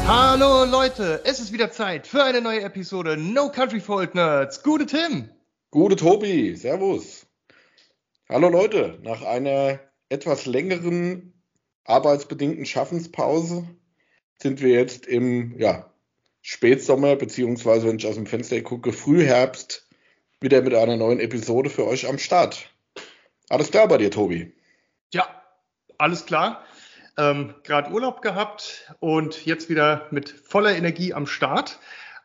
Hallo Leute, es ist wieder Zeit für eine neue Episode No Country for Old Nerds. Gute Tim. Gute Tobi, Servus. Hallo Leute, nach einer etwas längeren arbeitsbedingten Schaffenspause sind wir jetzt im Spätsommer, beziehungsweise wenn ich aus dem Fenster gucke, Frühherbst, wieder mit einer neuen Episode für euch am Start. Alles klar bei dir, Tobi? Ja, alles klar. Gerade Urlaub gehabt und jetzt wieder mit voller Energie am Start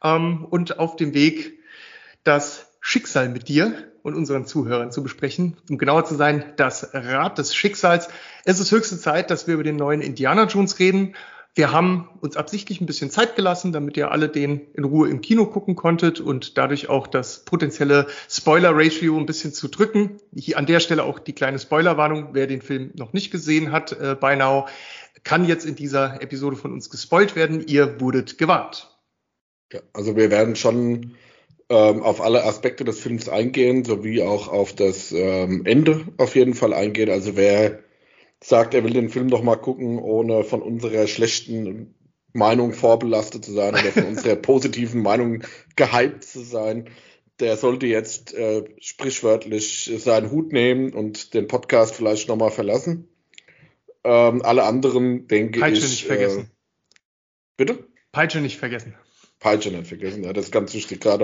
und auf dem Weg, das Schicksal mit dir und unseren Zuhörern zu besprechen. Um genauer zu sein, das Rad des Schicksals. Es ist höchste Zeit, dass wir über den neuen Indiana Jones reden. Wir haben uns absichtlich ein bisschen Zeit gelassen, damit ihr alle den in Ruhe im Kino gucken konntet und dadurch auch das potenzielle Spoiler-Ratio ein bisschen zu drücken. Hier an der Stelle auch die kleine Spoilerwarnung. Wer den Film noch nicht gesehen hat, by now, kann jetzt in dieser Episode von uns gespoilt werden. Ihr wurdet gewarnt. Ja, also wir werden schon auf alle Aspekte des Films eingehen, sowie auch auf das Ende auf jeden Fall eingehen. Also wer sagt, er will den Film noch mal gucken, ohne von unserer schlechten Meinung vorbelastet zu sein oder von unserer positiven Meinung gehypt zu sein, der sollte jetzt sprichwörtlich seinen Hut nehmen und den Podcast vielleicht noch mal verlassen. Alle anderen, denke Peitsche ich... nicht vergessen. Bitte? Peitsche nicht vergessen. Peitsche nicht vergessen, ja, das ist ganz wichtig. Gerade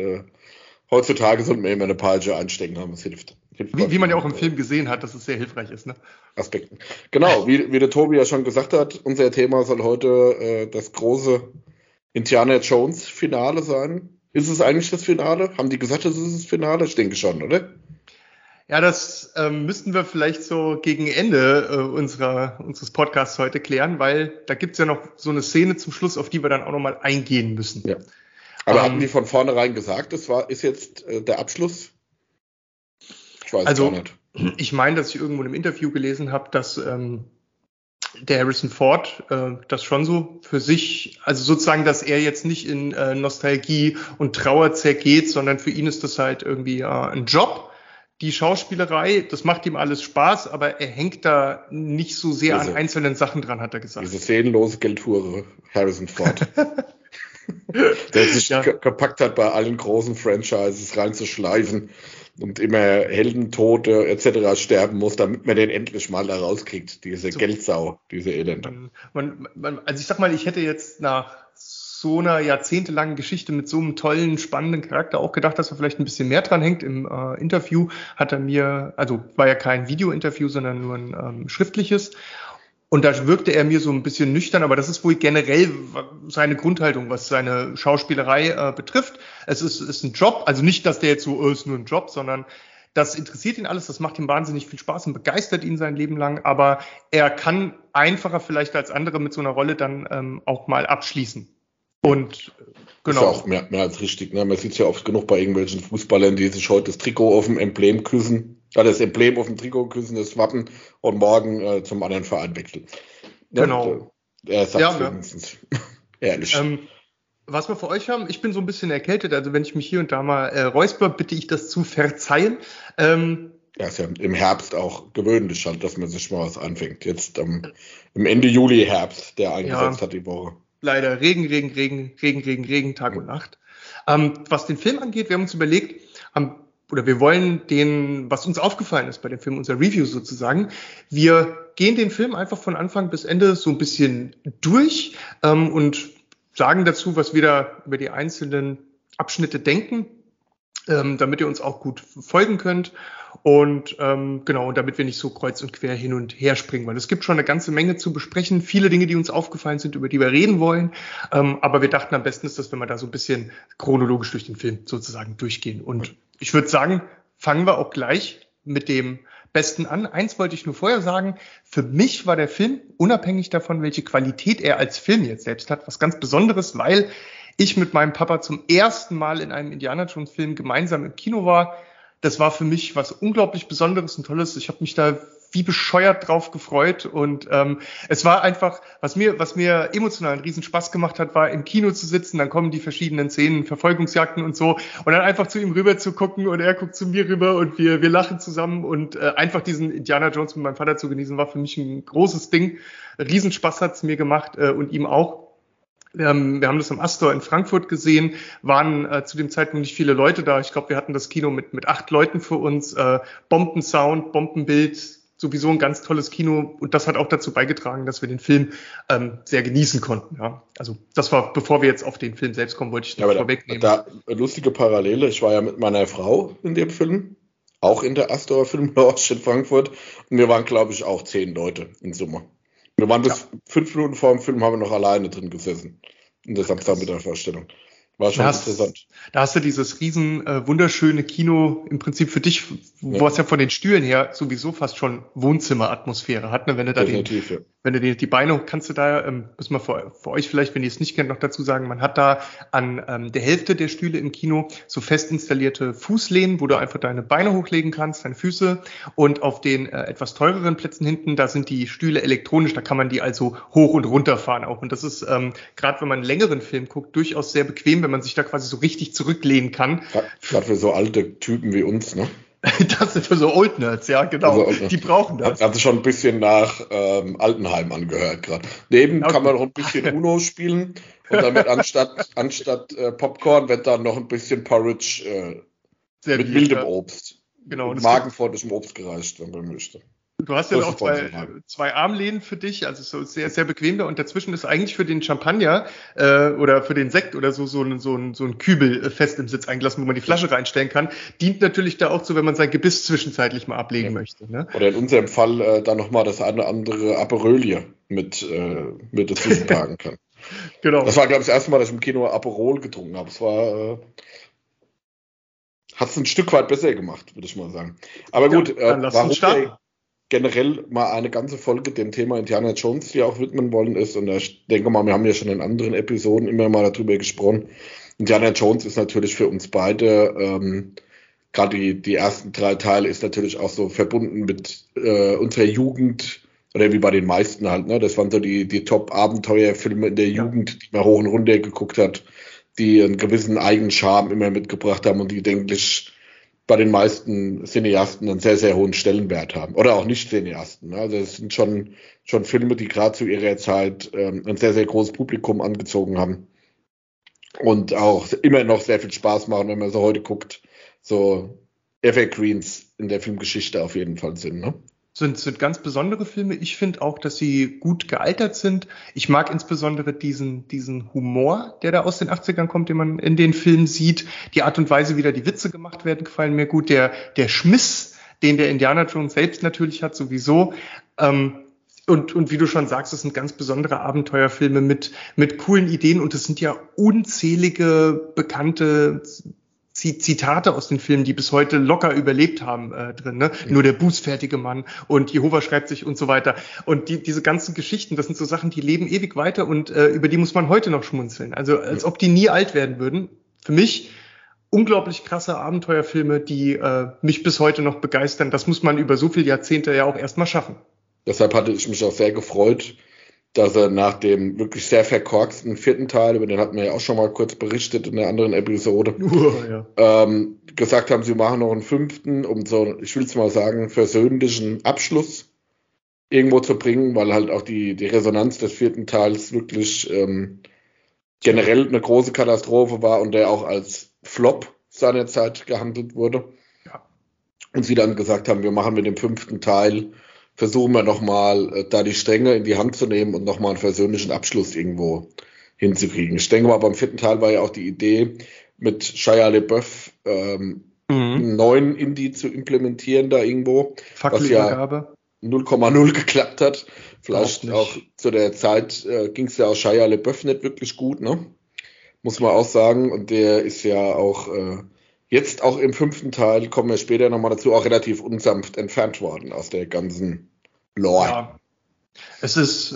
heutzutage sollte man immer eine Peitsche einstecken haben, es hilft. Wie man ja auch im Film gesehen hat, dass es sehr hilfreich ist, ne? Aspekten. Genau, wie der Tobi ja schon gesagt hat, unser Thema soll heute das große Indiana Jones Finale sein. Ist es eigentlich das Finale? Haben die gesagt, es ist das Finale? Ich denke schon, oder? Ja, das müssten wir vielleicht so gegen Ende unseres Podcasts heute klären, weil da gibt's ja noch so eine Szene zum Schluss, auf die wir dann auch nochmal eingehen müssen. Ja. Aber hatten die von vornherein gesagt, ist jetzt der Abschluss? Ich weiß gar nicht. Ich meine, dass ich irgendwo in einem Interview gelesen habe, dass der Harrison Ford das schon so für sich, also sozusagen, dass er jetzt nicht in Nostalgie und Trauer zergeht, sondern für ihn ist das halt irgendwie ein Job. Die Schauspielerei, das macht ihm alles Spaß, aber er hängt da nicht so sehr an einzelnen Sachen dran, hat er gesagt. Diese seelenlose Geldhure, Harrison Ford. Der sich gepackt hat, bei allen großen Franchises reinzuschleifen und immer Heldentote etc. sterben muss, damit man den endlich mal da rauskriegt, diese Geldsau, diese Elende. Also ich sag mal, ich hätte jetzt nach so einer jahrzehntelangen Geschichte mit so einem tollen, spannenden Charakter auch gedacht, dass er vielleicht ein bisschen mehr dran hängt. Im Interview hat er mir, also war ja kein Video-Interview, sondern nur ein schriftliches. Und da wirkte er mir so ein bisschen nüchtern, aber das ist wohl generell seine Grundhaltung, was seine Schauspielerei betrifft. Es ist ein Job, also nicht, dass der jetzt so ist nur ein Job, sondern das interessiert ihn alles, das macht ihm wahnsinnig viel Spaß und begeistert ihn sein Leben lang, aber er kann einfacher vielleicht als andere mit so einer Rolle dann auch mal abschließen. Und genau. Ist ja auch mehr als richtig, ne? Man sieht es ja oft genug bei irgendwelchen Fußballern, die sich heute das Trikot auf dem Emblem küssen, das Emblem auf dem Trikot küssen, das Wappen und morgen zum anderen Verein wechseln. Ne? Genau. Er sagt wenigstens. Ehrlich. Was wir für euch haben, ich bin so ein bisschen erkältet, also wenn ich mich hier und da mal räusper, bitte ich das zu verzeihen. Ja, ist ja im Herbst auch gewöhnlich halt, dass man sich mal was anfängt. Jetzt im Ende Juli Herbst, der eingesetzt hat die Woche. Leider Regen, Tag und Nacht. Was den Film angeht, wir haben uns überlegt, wir wollen was uns aufgefallen ist bei dem Film, unser Review sozusagen. Wir gehen den Film einfach von Anfang bis Ende so ein bisschen durch und sagen dazu, was wir da über die einzelnen Abschnitte denken, damit ihr uns auch gut folgen könnt. Und und damit wir nicht so kreuz und quer hin und her springen, weil es gibt schon eine ganze Menge zu besprechen, viele Dinge, die uns aufgefallen sind, über die wir reden wollen. Aber wir dachten, am besten ist das, wenn wir da so ein bisschen chronologisch durch den Film sozusagen durchgehen. Und ich würde sagen, fangen wir auch gleich mit dem Besten an. Eins wollte ich nur vorher sagen, für mich war der Film, unabhängig davon, welche Qualität er als Film jetzt selbst hat, was ganz Besonderes, weil ich mit meinem Papa zum ersten Mal in einem Indiana Jones Film gemeinsam im Kino war. Das war für mich was unglaublich Besonderes und Tolles. Ich habe mich da wie bescheuert drauf gefreut und es war einfach, was mir emotional einen riesen Spaß gemacht hat, war im Kino zu sitzen, dann kommen die verschiedenen Szenen, Verfolgungsjagden und so und dann einfach zu ihm rüber zu gucken und er guckt zu mir rüber und wir lachen zusammen und einfach diesen Indiana Jones mit meinem Vater zu genießen, war für mich ein großes Ding. Riesenspaß hat's mir gemacht und ihm auch. Wir haben das am Astor in Frankfurt gesehen, waren zu dem Zeitpunkt nicht viele Leute da. Ich glaube, wir hatten das Kino mit 8 Leuten für uns. Bombensound, Bombenbild, sowieso ein ganz tolles Kino. Und das hat auch dazu beigetragen, dass wir den Film sehr genießen konnten. Ja. Also das war, bevor wir jetzt auf den Film selbst kommen, wollte ich noch vorwegnehmen. Da eine lustige Parallele. Ich war ja mit meiner Frau in dem Film, auch in der Astor Filmlounge in Frankfurt. Und wir waren, glaube ich, auch 10 Leute in Summe. Wir waren bis 5 Minuten vor dem Film, haben wir noch alleine drin gesessen. In der Samstagmittagvorstellung. War schon interessant. Da hast du dieses riesen wunderschöne Kino im Prinzip für dich, wo es ja von den Stühlen her sowieso fast schon Wohnzimmeratmosphäre hat, ne? Wenn du da wenn du die Beine, kannst du da, muss man für euch vielleicht, wenn ihr es nicht kennt, noch dazu sagen, man hat da an der Hälfte der Stühle im Kino so fest installierte Fußlehnen, wo du einfach deine Beine hochlegen kannst, deine Füße, und auf den etwas teureren Plätzen hinten, da sind die Stühle elektronisch, da kann man die also hoch und runter fahren auch. Und das ist, gerade wenn man einen längeren Film guckt, durchaus sehr bequem, wenn man sich da quasi so richtig zurücklehnen kann. Gerade für so alte Typen wie uns, ne? Das sind für so Old Nerds, ja, genau. Also, die brauchen das. Hat schon ein bisschen nach Altenheim angehört gerade. Neben kann man noch ein bisschen Uno spielen und dann wird anstatt Popcorn wird dann noch ein bisschen Porridge mit wildem Obst. Genau. Mit magenfreundlichem Obst gereicht, wenn man möchte. Du hast ja auch zwei Armlehnen für dich, also so sehr, sehr bequem da, und dazwischen ist eigentlich für den Champagner oder für den Sekt oder so ein Kübel fest im Sitz eingelassen, wo man die Flasche reinstellen kann. Dient natürlich da auch zu, wenn man sein Gebiss zwischenzeitlich mal ablegen möchte. Ne? Oder in unserem Fall dann nochmal das eine oder andere Aperölie mit dazwischen tragen kann. Genau. Das war, glaube ich, das erste Mal, dass ich im Kino Aperol getrunken habe. Es war hat es ein Stück weit besser gemacht, würde ich mal sagen. Aber gut, warum wir generell mal eine ganze Folge dem Thema Indiana Jones hier auch widmen wollen ist, und ich denke mal, wir haben ja schon in anderen Episoden immer mal darüber gesprochen. Indiana Jones ist natürlich für uns beide, gerade die ersten 3 Teile, ist natürlich auch so verbunden mit unserer Jugend, oder wie bei den meisten halt, ne? Das waren so die Top-Abenteuerfilme in der Jugend, die man hoch und runter geguckt hat, die einen gewissen eigenen Charme immer mitgebracht haben und die, denke ich, bei den meisten Cineasten einen sehr, sehr hohen Stellenwert haben. Oder auch Nicht-Cineasten. Ne? Also es sind schon Filme, die gerade zu ihrer Zeit ein sehr, sehr großes Publikum angezogen haben. Und auch immer noch sehr viel Spaß machen, wenn man so heute guckt. So Evergreens in der Filmgeschichte auf jeden Fall sind. Ne? Sind ganz besondere Filme. Ich finde auch, dass sie gut gealtert sind. Ich mag insbesondere diesen Humor, der da aus den 80ern kommt, den man in den Filmen sieht. Die Art und Weise, wie da die Witze gemacht werden, gefallen mir gut. Der Schmiss, den der Indiana Jones selbst natürlich hat, sowieso. Und wie du schon sagst, das sind ganz besondere Abenteuerfilme mit coolen Ideen. Und es sind ja unzählige bekannte Zitate aus den Filmen, die bis heute locker überlebt haben drin, ne? Nur der bußfertige Mann und Jehova schreibt sich und so weiter. Und diese ganzen Geschichten, das sind so Sachen, die leben ewig weiter und über die muss man heute noch schmunzeln. Also als ob die nie alt werden würden. Für mich unglaublich krasse Abenteuerfilme, die mich bis heute noch begeistern. Das muss man über so viele Jahrzehnte ja auch erstmal schaffen. Deshalb hatte ich mich auch sehr gefreut, dass er nach dem wirklich sehr verkorksten 4. Teil, über den hatten wir ja auch schon mal kurz berichtet in der anderen Episode, gesagt haben, sie machen noch einen 5., um so, ich will es mal sagen, versöhnlichen Abschluss irgendwo zu bringen, weil halt auch die Resonanz des 4. Teils wirklich generell eine große Katastrophe war und der auch als Flop seinerzeit gehandelt wurde. Ja. Und sie dann gesagt haben, wir machen mit dem 5. Teil, versuchen wir nochmal da die Stränge in die Hand zu nehmen und nochmal einen versöhnlichen Abschluss irgendwo hinzukriegen. Ich denke mal, beim 4. Teil war ja auch die Idee, mit Shia LaBeouf einen neuen Indie zu implementieren da irgendwo. Fackelübergabe. Was ja 0,0 geklappt hat. Vielleicht auch zu der Zeit ging es ja auch Shia LaBeouf nicht wirklich gut, ne? Muss man auch sagen. Und der ist ja auch jetzt auch im 5. Teil, kommen wir später nochmal dazu, auch relativ unsanft entfernt worden aus der ganzen Lore. Ja, es ist,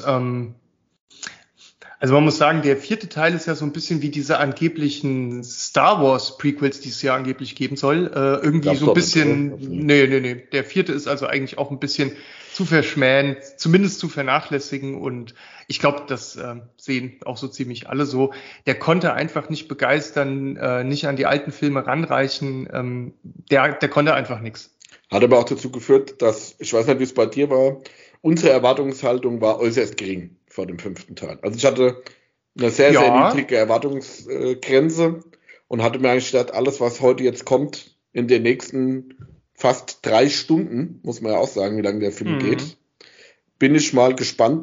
also man muss sagen, der 4. Teil ist ja so ein bisschen wie diese angeblichen Star Wars Prequels, die es ja angeblich geben soll. Irgendwie so ein bisschen, nee. Der 4. ist also eigentlich auch ein bisschen zu verschmähen, zumindest zu vernachlässigen, und ich glaube, das sehen auch so ziemlich alle so. Der konnte einfach nicht begeistern, nicht an die alten Filme ranreichen, der konnte einfach nichts. Hat aber auch dazu geführt, dass, ich weiß nicht, wie es bei dir war, unsere Erwartungshaltung war äußerst gering vor dem 5. Teil. Also ich hatte eine sehr, sehr Ja, niedrige Erwartungsgrenze und hatte mir eigentlich gedacht, alles, was heute jetzt kommt, in den nächsten fast 3 Stunden, muss man ja auch sagen, wie lange der Film hm. geht, bin ich mal gespannt,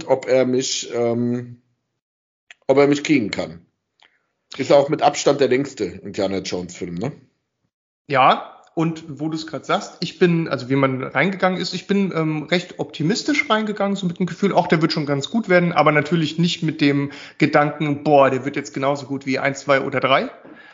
ob er mich kriegen kann. Ist auch mit Abstand der längste Indiana Jones Film, ne? Ja, und wo du es gerade sagst, also wie man reingegangen ist, ich bin recht optimistisch reingegangen, so mit dem Gefühl, auch der wird schon ganz gut werden, aber natürlich nicht mit dem Gedanken, boah, der wird jetzt genauso gut wie 1, 2 oder 3.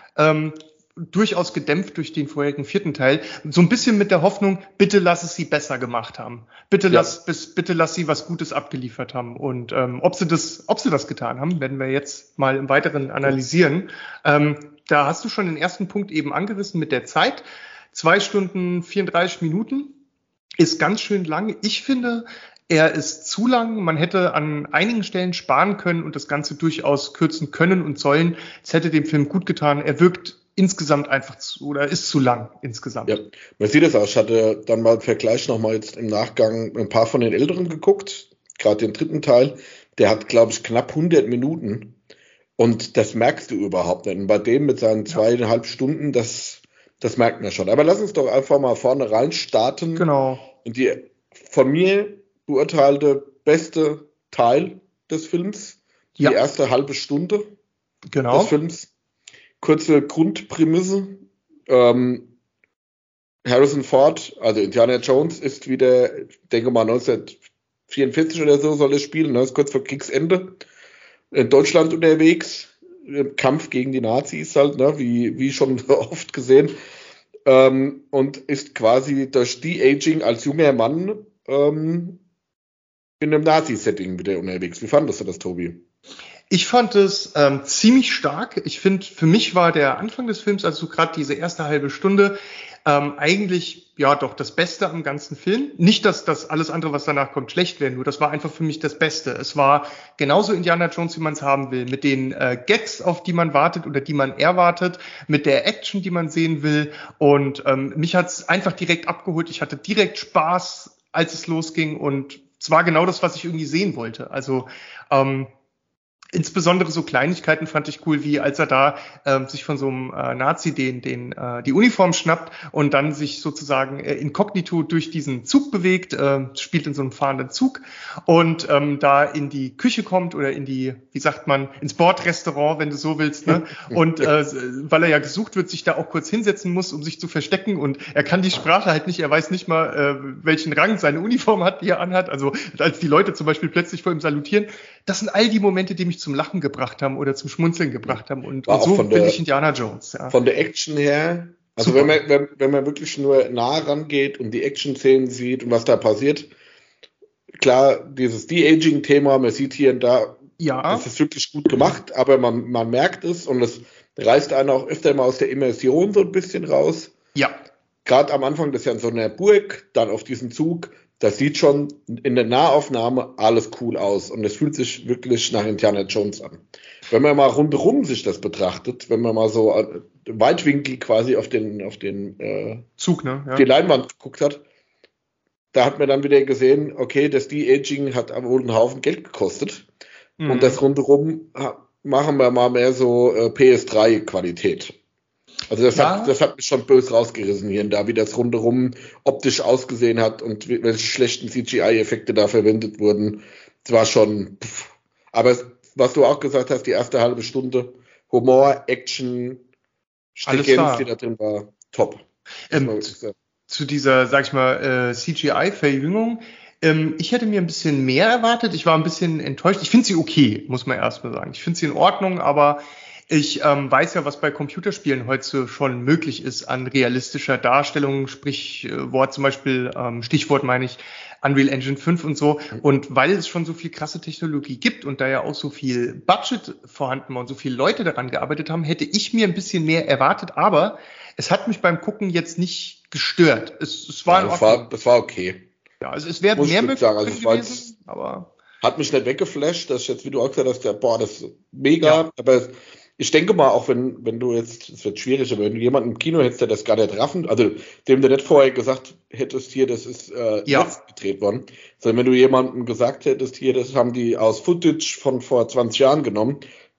Durchaus gedämpft durch den vorherigen 4. Teil. So ein bisschen mit der Hoffnung, bitte lass es sie besser gemacht haben. Ja. Bitte lass sie was Gutes abgeliefert haben. Und ob sie das getan haben, werden wir jetzt mal im Weiteren analysieren. Da hast du schon den ersten Punkt eben angerissen mit der Zeit. 2 Stunden 34 Minuten ist ganz schön lang. Ich finde, er ist zu lang. Man hätte an einigen Stellen sparen können und das Ganze durchaus kürzen können und sollen. Es hätte dem Film gut getan. Er wirkt insgesamt oder ist zu lang Ja, insgesamt. man sieht es auch. Ich hatte dann mal im Vergleich nochmal jetzt im Nachgang ein paar von den älteren geguckt, gerade den 3. Teil. Der hat, glaube ich, knapp 100 Minuten und das merkst du überhaupt nicht. Und bei dem mit seinen Ja, 2,5 Stunden, das merkt man schon. Aber lass uns doch einfach mal vorne rein starten. genau. Und die von mir beurteilte beste Teil des Films, die Ja, erste halbe Stunde des genau. Films. Kurze Grundprämisse. Ähm, Harrison Ford, also Indiana Jones, ist wieder, ich denke mal 1944 oder so soll er spielen, ne? Ist kurz vor Kriegsende, in Deutschland unterwegs, im Kampf gegen die Nazis halt, ne? Wie schon so oft gesehen, und ist quasi durch De-Aging als junger Mann in einem Nazi-Setting wieder unterwegs. Wie fandest du das, Tobi? Ich fand es ziemlich stark. Ich finde, für mich war der Anfang des Films, also gerade diese erste halbe Stunde, eigentlich ja doch das Beste am ganzen Film. Nicht, dass das alles andere, was danach kommt, schlecht wäre, nur das war einfach für mich das Beste. Es war genauso Indiana Jones, wie man es haben will, mit den Gags, auf die man wartet oder die man erwartet, mit der Action, die man sehen will. Und mich hat es einfach direkt abgeholt. Ich hatte direkt Spaß, als es losging, und es war genau das, was ich irgendwie sehen wollte. Also insbesondere so Kleinigkeiten fand ich cool, wie als er da sich von so einem Nazi die Uniform schnappt und dann sich sozusagen inkognito durch diesen Zug bewegt, spielt in so einem fahrenden Zug und da in die Küche kommt oder wie sagt man, ins Bordrestaurant, wenn du so willst, ne? Und weil er ja gesucht wird, sich da auch kurz hinsetzen muss, um sich zu verstecken, und er kann die Sprache halt nicht, er weiß nicht mal, welchen Rang seine Uniform hat, die er anhat, also als die Leute zum Beispiel plötzlich vor ihm salutieren. Das sind all die Momente, die mich zum Lachen gebracht haben oder zum Schmunzeln gebracht haben. Und War auch so will ich Indiana Jones. Ja. von der Action her, also Super. wenn man wirklich nur nah rangeht und die Action-Szenen sieht und was da passiert, klar, dieses De-Aging-Thema, man sieht hier und da, das Ja, ist wirklich gut gemacht, aber man merkt es und es reißt einen auch öfter mal aus der Immersion so ein bisschen raus. ja, Gerade am Anfang, das ist ja in so einer Burg, dann auf diesen Zug, das sieht schon in der Nahaufnahme alles cool aus und es fühlt sich wirklich nach Indiana Jones an. Wenn man mal rundherum sich das betrachtet, wenn man mal so Weitwinkel quasi auf Zug, ne? die Ja. Leinwand geguckt hat, da hat man dann wieder gesehen, okay, das De-Aging hat wohl einen Haufen Geld gekostet und Mhm. das rundherum machen wir mal mehr so PS3-Qualität. Also Ja, das hat mich schon böse rausgerissen hier und da, wie das rundherum optisch ausgesehen hat und welche schlechten CGI-Effekte da verwendet wurden. Es war schon. Aber was du auch gesagt hast, die erste halbe Stunde Humor, Action, alles Stringenz, die da da. drin war, top. Muss man Ähm, wirklich sagen. zu dieser, sag ich mal, CGI-Verjüngung. Ich hätte mir ein bisschen mehr erwartet. Ich war ein bisschen enttäuscht. Ich finde sie okay, muss man erstmal sagen. Ich finde sie in Ordnung, aber ich weiß ja, was bei Computerspielen heute schon möglich ist an realistischer Darstellung, sprich Wort zum Beispiel, Stichwort meine ich, Unreal Engine 5 und so. Und weil es schon so viel krasse Technologie gibt und da ja auch so viel Budget vorhanden war und so viele Leute daran gearbeitet haben, hätte ich mir ein bisschen mehr erwartet. Aber es hat mich beim Gucken jetzt nicht gestört. Es war Ja, in Ordnung. das war okay. Ja, also es wäre Muss ich mehr wirklich möglich sagen. Also drin es war jetzt, gewesen, aber hat mich nicht weggeflasht, dass ich jetzt, wie du auch gesagt hast, ja, boah, das ist ja, mega. Aber ich denke mal, auch wenn du jetzt, es wird schwierig, aber wenn du jemanden im Kino hättest, der das gar nicht raffen, also dem du nicht vorher gesagt hättest, hier, das ist ja, jetzt gedreht worden, sondern wenn du jemandem gesagt hättest, hier, das haben die aus Footage von vor 20 Jahren genommen,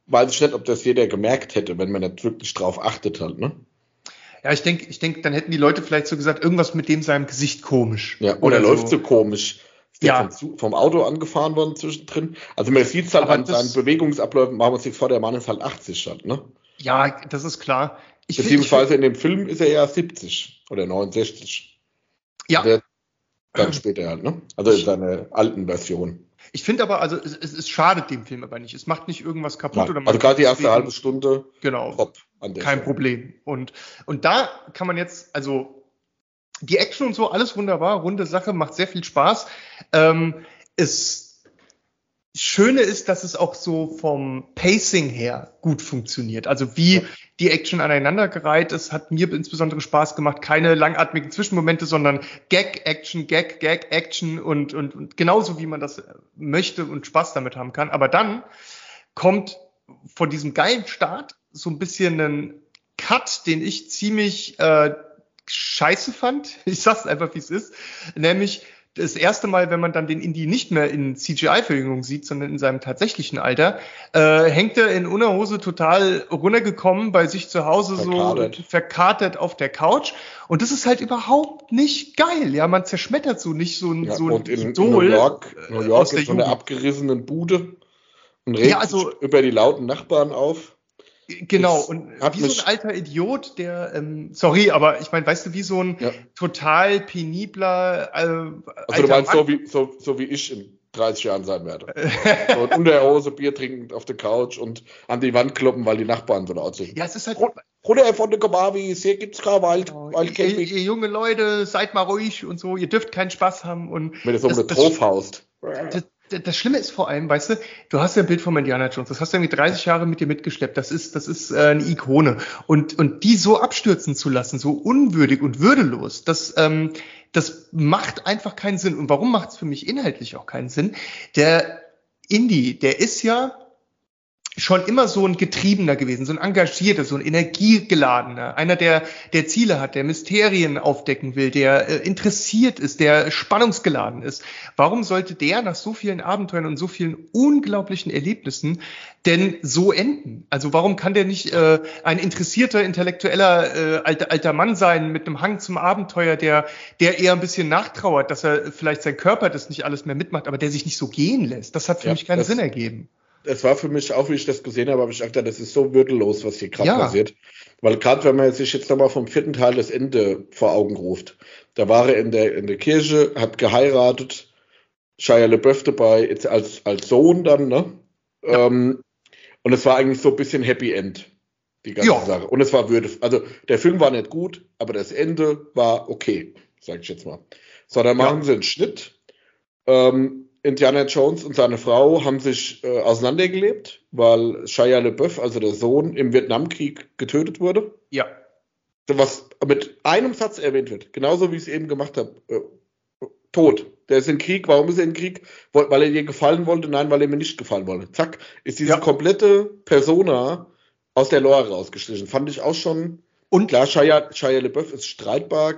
weiß ich nicht, ob das jeder gemerkt hätte, wenn man nicht wirklich drauf achtet halt, ne? Ja, ich denk, dann hätten die Leute vielleicht so gesagt, irgendwas mit dem seinem Gesicht komisch. Ja, oder läuft so komisch. Ist der Ja. vom Auto angefahren worden zwischendrin? Also man sieht es halt Aber an seinen Bewegungsabläufen, machen wir uns nichts vor, der Mann ist halt 80 halt, ne? Ja, das ist klar. Beziehungsweise in dem Film ist er ja 70 oder 69. Ja. Der ganz später halt, ne? Also in seiner alten Version. Ich finde aber, also es schadet dem Film aber nicht. Es macht nicht irgendwas kaputt. Oder man also gerade die erste deswegen, halbe Stunde, genau, top an der kein Stelle. Problem. Und da kann man jetzt, also die Action und so, alles wunderbar, runde Sache, macht sehr viel Spaß. Das Schöne ist, dass es auch so vom Pacing her gut funktioniert. Also wie die Action aneinandergereiht ist, hat mir insbesondere Spaß gemacht. Keine langatmigen Zwischenmomente, sondern Gag-Action, Gag-Action und genauso, wie man das möchte und Spaß damit haben kann. Aber dann kommt von diesem geilen Start so ein bisschen ein Cut, den ich ziemlich scheiße fand. Ich sag's einfach, wie es ist. Nämlich das erste Mal, wenn man dann den Indy nicht mehr in CGI-Verjüngung sieht, sondern in seinem tatsächlichen Alter, hängt er in Unterhose total runtergekommen bei sich zu Hause, so verkatert auf der Couch. Und das ist halt überhaupt nicht geil. Ja, man zerschmettert so nicht so ein und in Idol New York aus der ist von der Jugend. abgerissenen Bude und regt sich über die lauten Nachbarn auf. Genau, und wie so ein alter Idiot, der, sorry, aber ich meine, weißt du, wie so ein total penibler also du meinst so wie ich in 30 Jahren sein werde. So in Unterhose, Bier trinkend auf der Couch und an die Wand kloppen, weil die Nachbarn so laut sind. Ja, es ist halt... Runter von den Gemarvis, hier gibt's kein Waldcamping. Ihr junge Leute, seid mal ruhig und so, ihr dürft keinen Spaß haben. Und wenn du so eine Trof haust. Das Schlimme ist vor allem, weißt du hast ja ein Bild von Indiana Jones, das hast du irgendwie 30 Jahre mit dir mitgeschleppt, das ist eine Ikone. Und die so abstürzen zu lassen, so unwürdig und würdelos, das macht einfach keinen Sinn. Und warum macht es für mich inhaltlich auch keinen Sinn? Der Indy, der ist ja schon immer so ein Getriebener gewesen, so ein Engagierter, so ein Energiegeladener, einer, der Ziele hat, der Mysterien aufdecken will, der interessiert ist, der spannungsgeladen ist. Warum sollte der nach so vielen Abenteuern und so vielen unglaublichen Erlebnissen denn so enden? Also warum kann der nicht ein interessierter, intellektueller alter Mann sein mit einem Hang zum Abenteuer, der eher ein bisschen nachtrauert, dass er vielleicht sein Körper das nicht alles mehr mitmacht, aber der sich nicht so gehen lässt? Das hat für mich keinen Sinn ergeben. Es war für mich auch, wie ich das gesehen habe ich gedacht, das ist so würdelos, was hier gerade passiert. Weil gerade wenn man sich jetzt nochmal vom 4. Teil das Ende vor Augen ruft, da war er in der Kirche, hat geheiratet, Shia LaBeouf dabei, jetzt als Sohn dann, ne? Ja. Und es war eigentlich so ein bisschen Happy End, die ganze Sache. Und es war also der Film war nicht gut, aber das Ende war okay, sag ich jetzt mal. So, dann machen sie einen Schnitt. Indiana Jones und seine Frau haben sich auseinandergelebt, weil Shia LaBeouf, also der Sohn, im Vietnamkrieg getötet wurde. Ja. Was mit einem Satz erwähnt wird, genauso wie ich es eben gemacht habe. Tot. Der ist im Krieg. Warum ist er im Krieg? Weil er dir gefallen wollte? Nein, weil er mir nicht gefallen wollte. Zack, ist diese komplette Persona aus der Lore rausgestrichen. Fand ich auch schon. Und klar, Shia LaBeouf ist streitbar.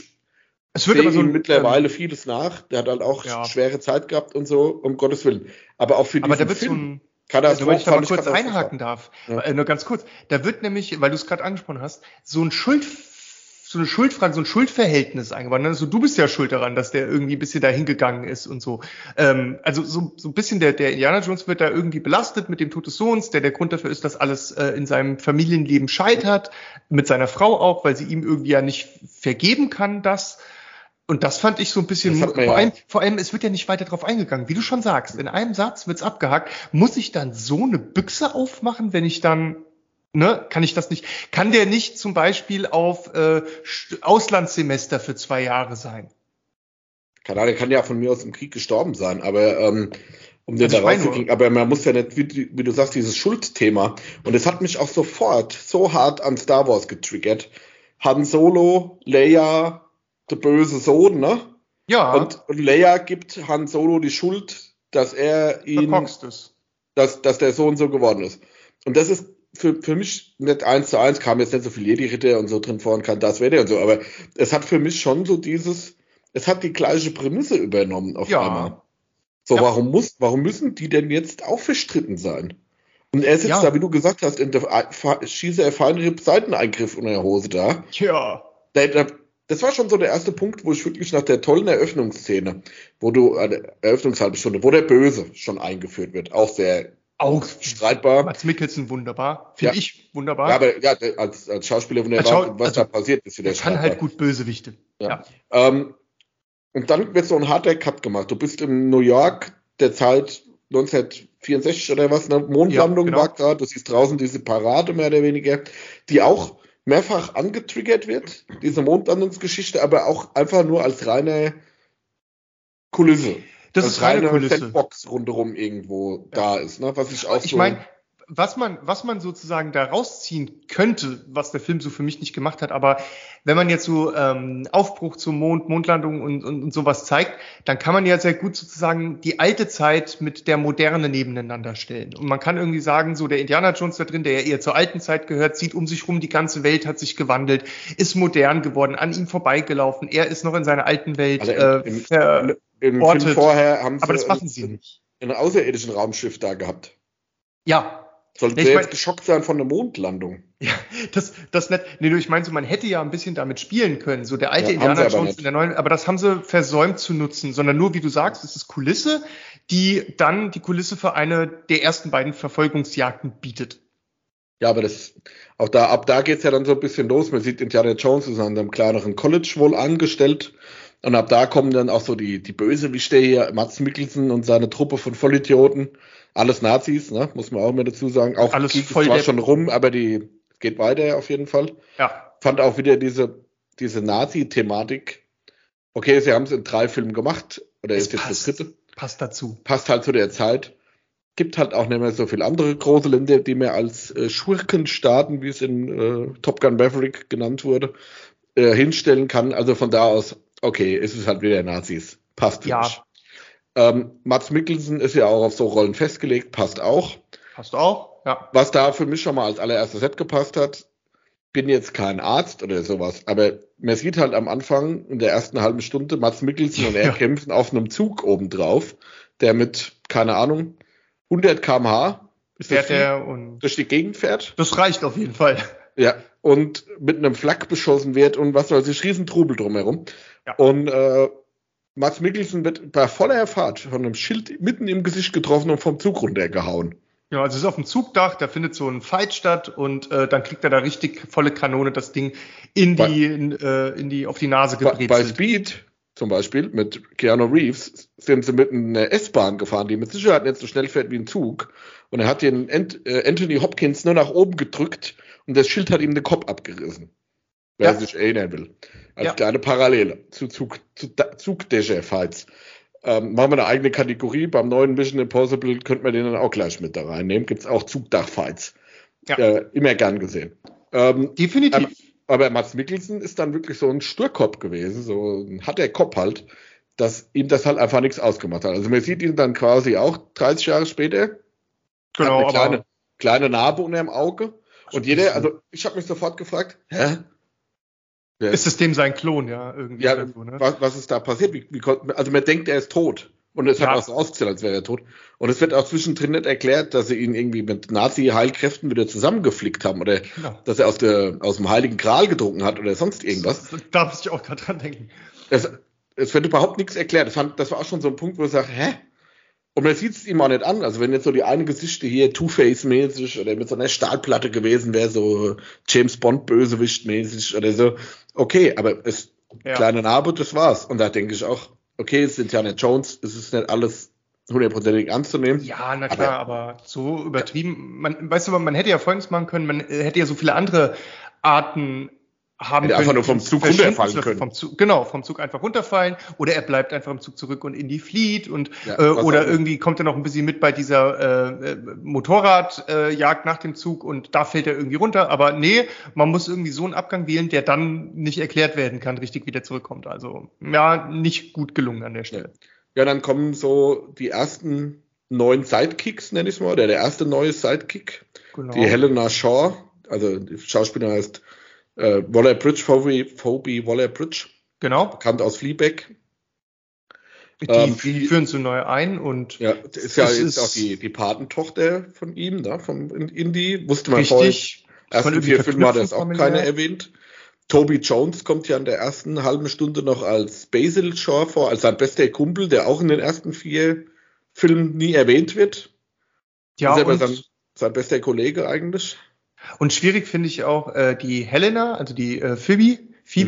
Es wird aber so mittlerweile vieles nach. Der hat halt auch schwere Zeit gehabt und so, um Gottes Willen. Aber auch für diesen Film. Also wenn ich da mal kurz einhaken darf, nur ganz kurz. Da wird nämlich, weil du es gerade angesprochen hast, so eine Schuldfrage, so ein Schuldverhältnis eingebaut. Also du bist ja schuld daran, dass der irgendwie ein bisschen da hingegangen ist und so. Also so ein bisschen der Indiana Jones wird da irgendwie belastet mit dem Tod des Sohns, der Grund dafür ist, dass alles in seinem Familienleben scheitert, mit seiner Frau auch, weil sie ihm irgendwie ja nicht vergeben kann, das. Und das fand ich so ein bisschen, vor allem, es wird ja nicht weiter drauf eingegangen. Wie du schon sagst, in einem Satz wird's abgehakt. Muss ich dann so eine Büchse aufmachen, wenn ich dann, kann ich das nicht, kann der nicht zum Beispiel auf Auslandssemester für 2 Jahre sein? Der kann ja von mir aus im Krieg gestorben sein, aber um den da rauszukriegen, aber man muss ja nicht, wie du sagst, dieses Schuldthema. Und es hat mich auch sofort so hart an Star Wars getriggert. Han Solo, Leia, der böse Sohn, ne? Ja. Und Leia gibt Han Solo die Schuld, dass er ihn, dass der Sohn so geworden ist. Und das ist für mich nicht 1:1, kam jetzt nicht so viel Jedi-Ritter und so drin vor und kann das Vader und so, aber es hat für mich schon so es hat die gleiche Prämisse übernommen auf einmal. So, warum müssen die denn jetzt auch verstritten sein? Und er sitzt da, wie du gesagt hast, schießt er Feinripp-Seiteneingriff in der Hose da. Tja. Das war schon so der erste Punkt, wo ich wirklich nach der tollen Eröffnungsszene, Eröffnungshalbe Stunde, wo der Böse schon eingeführt wird, auch sehr streitbar. Mads Mikkelsen wunderbar. Finde ich wunderbar. Ja, aber als Schauspieler wunderbar, was da passiert ist. Der kann halt gut Bösewichte. Ja. Und dann wird so ein harter Cut gemacht. Du bist in New York der Zeit 1964 oder was, eine Mondlandung war gerade. Du siehst draußen diese Parade mehr oder weniger, die auch mehrfach angetriggert wird, diese Mondlandungsgeschichte, aber auch einfach nur als reine Kulisse. Das ist reine Kulisse. Sandbox rundherum irgendwo da ist, ne? Was ich auch ich meine, was man sozusagen da rausziehen könnte, was der Film so für mich nicht gemacht hat, aber wenn man jetzt so Aufbruch zum Mond, Mondlandung und sowas zeigt, dann kann man ja sehr gut sozusagen die alte Zeit mit der Moderne nebeneinander stellen. Und man kann irgendwie sagen, so der Indiana Jones da drin, der ja eher zur alten Zeit gehört, sieht um sich rum, die ganze Welt hat sich gewandelt, ist modern geworden, an ihm vorbeigelaufen, er ist noch in seiner alten Welt im Film vorher haben sie aber das machen sie nicht. Einen außerirdischen Raumschiff da gehabt. Ja. Sollte jetzt geschockt sein von der Mondlandung. Ja, das nicht. Nee, ich meine so, man hätte ja ein bisschen damit spielen können, so der alte Indiana Jones in der neuen, aber das haben sie versäumt zu nutzen, sondern nur, wie du sagst, es ist Kulisse, die dann die Kulisse für eine der ersten beiden Verfolgungsjagden bietet. Ja, aber ab da geht's ja dann so ein bisschen los. Man sieht, Indiana Jones ist an einem kleineren College wohl angestellt. Und ab da kommen dann auch so die Bösewichte hier, Mads Mikkelsen und seine Truppe von Vollidioten. Alles Nazis, ne? Muss man auch mal dazu sagen. Auch alles voll war schon rum, aber es geht weiter auf jeden Fall. Ja. Fand auch wieder diese Nazi-Thematik. Okay, sie haben es in 3 Filmen gemacht. Oder ist jetzt das 3. Passt dazu. Passt halt zu der Zeit. Gibt halt auch nicht mehr so viele andere große Länder, die mehr als Schurkenstaaten, wie es in Top Gun Maverick genannt wurde, hinstellen kann. Also von da aus, okay, ist es halt wieder Nazis. Passt für mich. Mads Mikkelsen ist ja auch auf so Rollen festgelegt, passt auch. Passt auch, ja. Was da für mich schon mal als allererstes Set gepasst hat, bin jetzt kein Arzt oder sowas, aber man sieht halt am Anfang in der ersten halben Stunde Mads Mikkelsen und er kämpfen auf einem Zug obendrauf, der mit, keine Ahnung, 100 km/h durch die Gegend fährt. Das reicht auf jeden Fall. Ja, und mit einem Flak beschossen wird und was weiß ich, Riesentrubel drumherum. Ja. Und Mads Mikkelsen wird bei voller Fahrt von einem Schild mitten im Gesicht getroffen und vom Zug runtergehauen. Ja, also es ist auf dem Zugdach, da findet so ein Fight statt und dann kriegt er da richtig volle Kanone das Ding auf die Nase gebrezelt. Bei Speed zum Beispiel mit Keanu Reeves sind sie mit einer S-Bahn gefahren, die mit Sicherheit nicht so schnell fährt wie ein Zug. Und er hat den Anthony Hopkins nur nach oben gedrückt und das Schild hat ihm den Kopf abgerissen. Wer sich erinnern will. Als kleine Parallele zu Zugdächer-Fights. Machen wir eine eigene Kategorie. Beim neuen Mission Impossible könnte man den dann auch gleich mit da reinnehmen. Gibt es auch Zugdach-Fights. Ja. Immer gern gesehen. Definitiv. Aber Mads Mikkelsen ist dann wirklich so ein Sturkopf gewesen. So ein harter Kopf halt, dass ihm das halt einfach nichts ausgemacht hat. Also man sieht ihn dann quasi auch 30 Jahre später. Genau. Hat eine kleine Narbe unter dem Auge. Und ich habe mich sofort gefragt, ist es dem sein Klon, ja, irgendwie? Ja, irgendwo, ne? was ist da passiert? Also man denkt, er ist tot. Und es hat auch so ausgesehen, als wäre er tot. Und es wird auch zwischendrin nicht erklärt, dass sie ihn irgendwie mit Nazi-Heilkräften wieder zusammengeflickt haben oder dass er aus dem Heiligen Gral getrunken hat oder sonst irgendwas. Da muss ich auch gerade dran denken. Es wird überhaupt nichts erklärt. Das war auch schon so ein Punkt, wo ich sage, Und man sieht es ihm auch nicht an. Also wenn jetzt so die eine Gesichte hier Two-Face-mäßig oder mit so einer Stahlplatte gewesen wäre, so James Bond-Bösewicht-mäßig oder so. Okay, aber kleine Narbe, das war's. Und da denke ich auch, okay, es sind Indiana Jones, es ist nicht alles 100%ig anzunehmen. Ja, na klar, aber so übertrieben. Man hätte ja Folgendes machen können, man hätte ja so viele andere Arten haben können. Einfach nur vom Zug runterfallen können. Vom Zug einfach runterfallen oder er bleibt einfach im Zug zurück und in die flieht und oder irgendwie kommt er noch ein bisschen mit bei dieser Motorradjagd nach dem Zug und da fällt er irgendwie runter. Aber nee, man muss irgendwie so einen Abgang wählen, der dann nicht erklärt werden kann, richtig wieder zurückkommt. Also ja, nicht gut gelungen an der Stelle. Ja, dann kommen so die ersten neuen Sidekicks, nenne ich es mal, oder der erste neue Sidekick. Genau. Die Helena Shaw, also die Schauspielerin heißt Waller-Bridge, Phoebe Waller-Bridge. Genau. Bekannt aus Fleabag. Die führen sie neu ein und ja, ist ja jetzt auch die Patentochter von ihm, ne, vom Indy. Wusste man richtig. Ersten 4 Filme hat das auch keiner erwähnt. Toby Jones kommt ja in der ersten halben Stunde noch als Basil Shaw vor, als sein bester Kumpel, der auch in den ersten 4 Filmen nie erwähnt wird. Ja, ist aber sein bester Kollege eigentlich. Und schwierig finde ich auch die Helena, also die Phoebe,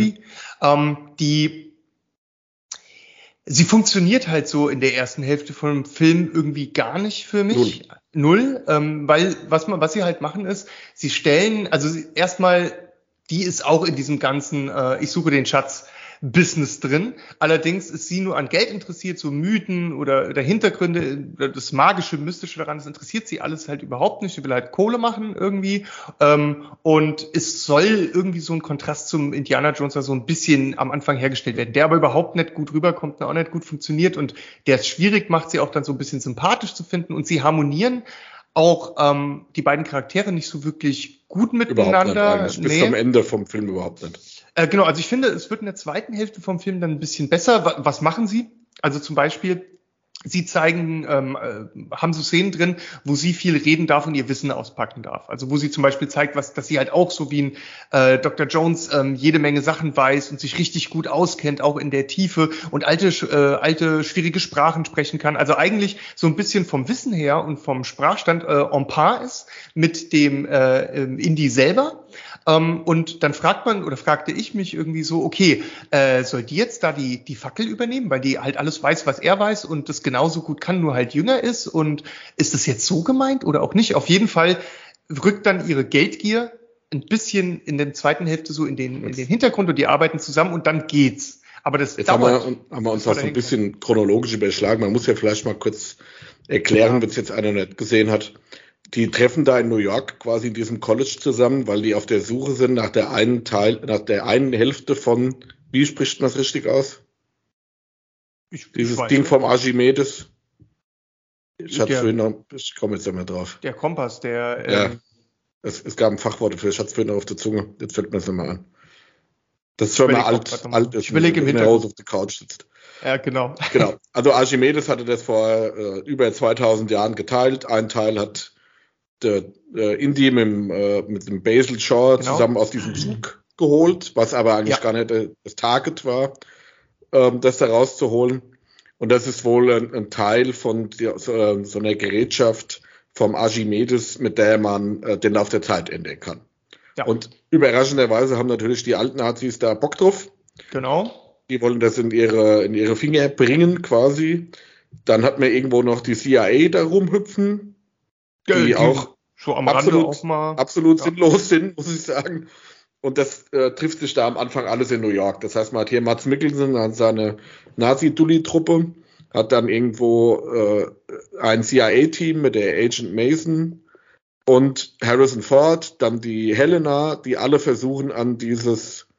sie funktioniert halt so in der ersten Hälfte vom Film irgendwie gar nicht für mich. Null. Weil was sie halt machen ist, sie stellen, erstmal, die ist auch in diesem ganzen ich suche den Schatz Business drin. Allerdings ist sie nur an Geld interessiert, so Mythen oder Hintergründe, das Magische, Mystische daran, das interessiert sie alles halt überhaupt nicht. Sie will halt Kohle machen irgendwie. Und es soll irgendwie so ein Kontrast zum Indiana Jones so ein bisschen am Anfang hergestellt werden, der aber überhaupt nicht gut rüberkommt, auch nicht gut funktioniert und der es schwierig macht, sie auch dann so ein bisschen sympathisch zu finden und sie harmonieren auch die beiden Charaktere nicht so wirklich gut miteinander. Überhaupt nicht, bis zum Ende vom Film überhaupt nicht. Genau, also ich finde, es wird in der zweiten Hälfte vom Film dann ein bisschen besser. Was machen sie? Also zum Beispiel, sie zeigen, haben so Szenen drin, wo sie viel reden darf und ihr Wissen auspacken darf. Also wo sie zum Beispiel zeigt, dass sie halt auch so wie ein Dr. Jones jede Menge Sachen weiß und sich richtig gut auskennt, auch in der Tiefe und alte schwierige Sprachen sprechen kann. Also eigentlich so ein bisschen vom Wissen her und vom Sprachstand en par ist mit dem Indy selber. Und dann fragte ich mich irgendwie so, okay, soll die jetzt da die Fackel übernehmen, weil die halt alles weiß, was er weiß und das genauso gut kann, nur halt jünger ist und ist das jetzt so gemeint oder auch nicht? Auf jeden Fall rückt dann ihre Geldgier ein bisschen in der zweiten Hälfte so in den Hintergrund und die arbeiten zusammen und dann geht's. Aber das jetzt dauert. Haben wir uns auch so ein bisschen chronologisch überschlagen. Man muss ja vielleicht mal kurz erklären, wenn es jetzt einer nicht gesehen hat. Die treffen da in New York quasi in diesem College zusammen, weil die auf der Suche sind nach der einen Hälfte von, wie spricht man das richtig aus? Dieses Ding vom Archimedes. Ich komme jetzt nicht mehr drauf. Der Kompass, es gab ein Fachwort dafür, ich hatte es vorhin noch auf der Zunge, jetzt fällt mir das nicht mehr an. Das ist, wenn man alt ist, und im Haus auf der Couch sitzt. Ja, genau. Genau. Also Archimedes hatte das vor über 2000 Jahren geteilt. Ein Teil hat der Indy mit dem Basil Shaw zusammen aus diesem Zug geholt, was aber eigentlich gar nicht das Target war, das da rauszuholen. Und das ist wohl ein Teil von so einer Gerätschaft vom Archimedes, mit der man den Lauf der Zeit ändern kann. Ja. Und überraschenderweise haben natürlich die alten Nazis da Bock drauf. Genau. Die wollen das in ihre Finger bringen quasi. Dann hat man irgendwo noch die CIA da rumhüpfen, die auch so am Rande auch mal absolut sinnlos sind, muss ich sagen. Und das trifft sich da am Anfang alles in New York. Das heißt, man hat hier Mads Mikkelsen, hat seine Nazi-Dulli-Truppe, hat dann irgendwo ein CIA-Team mit der Agent Mason und Harrison Ford, dann die Helena, die alle versuchen, an dieses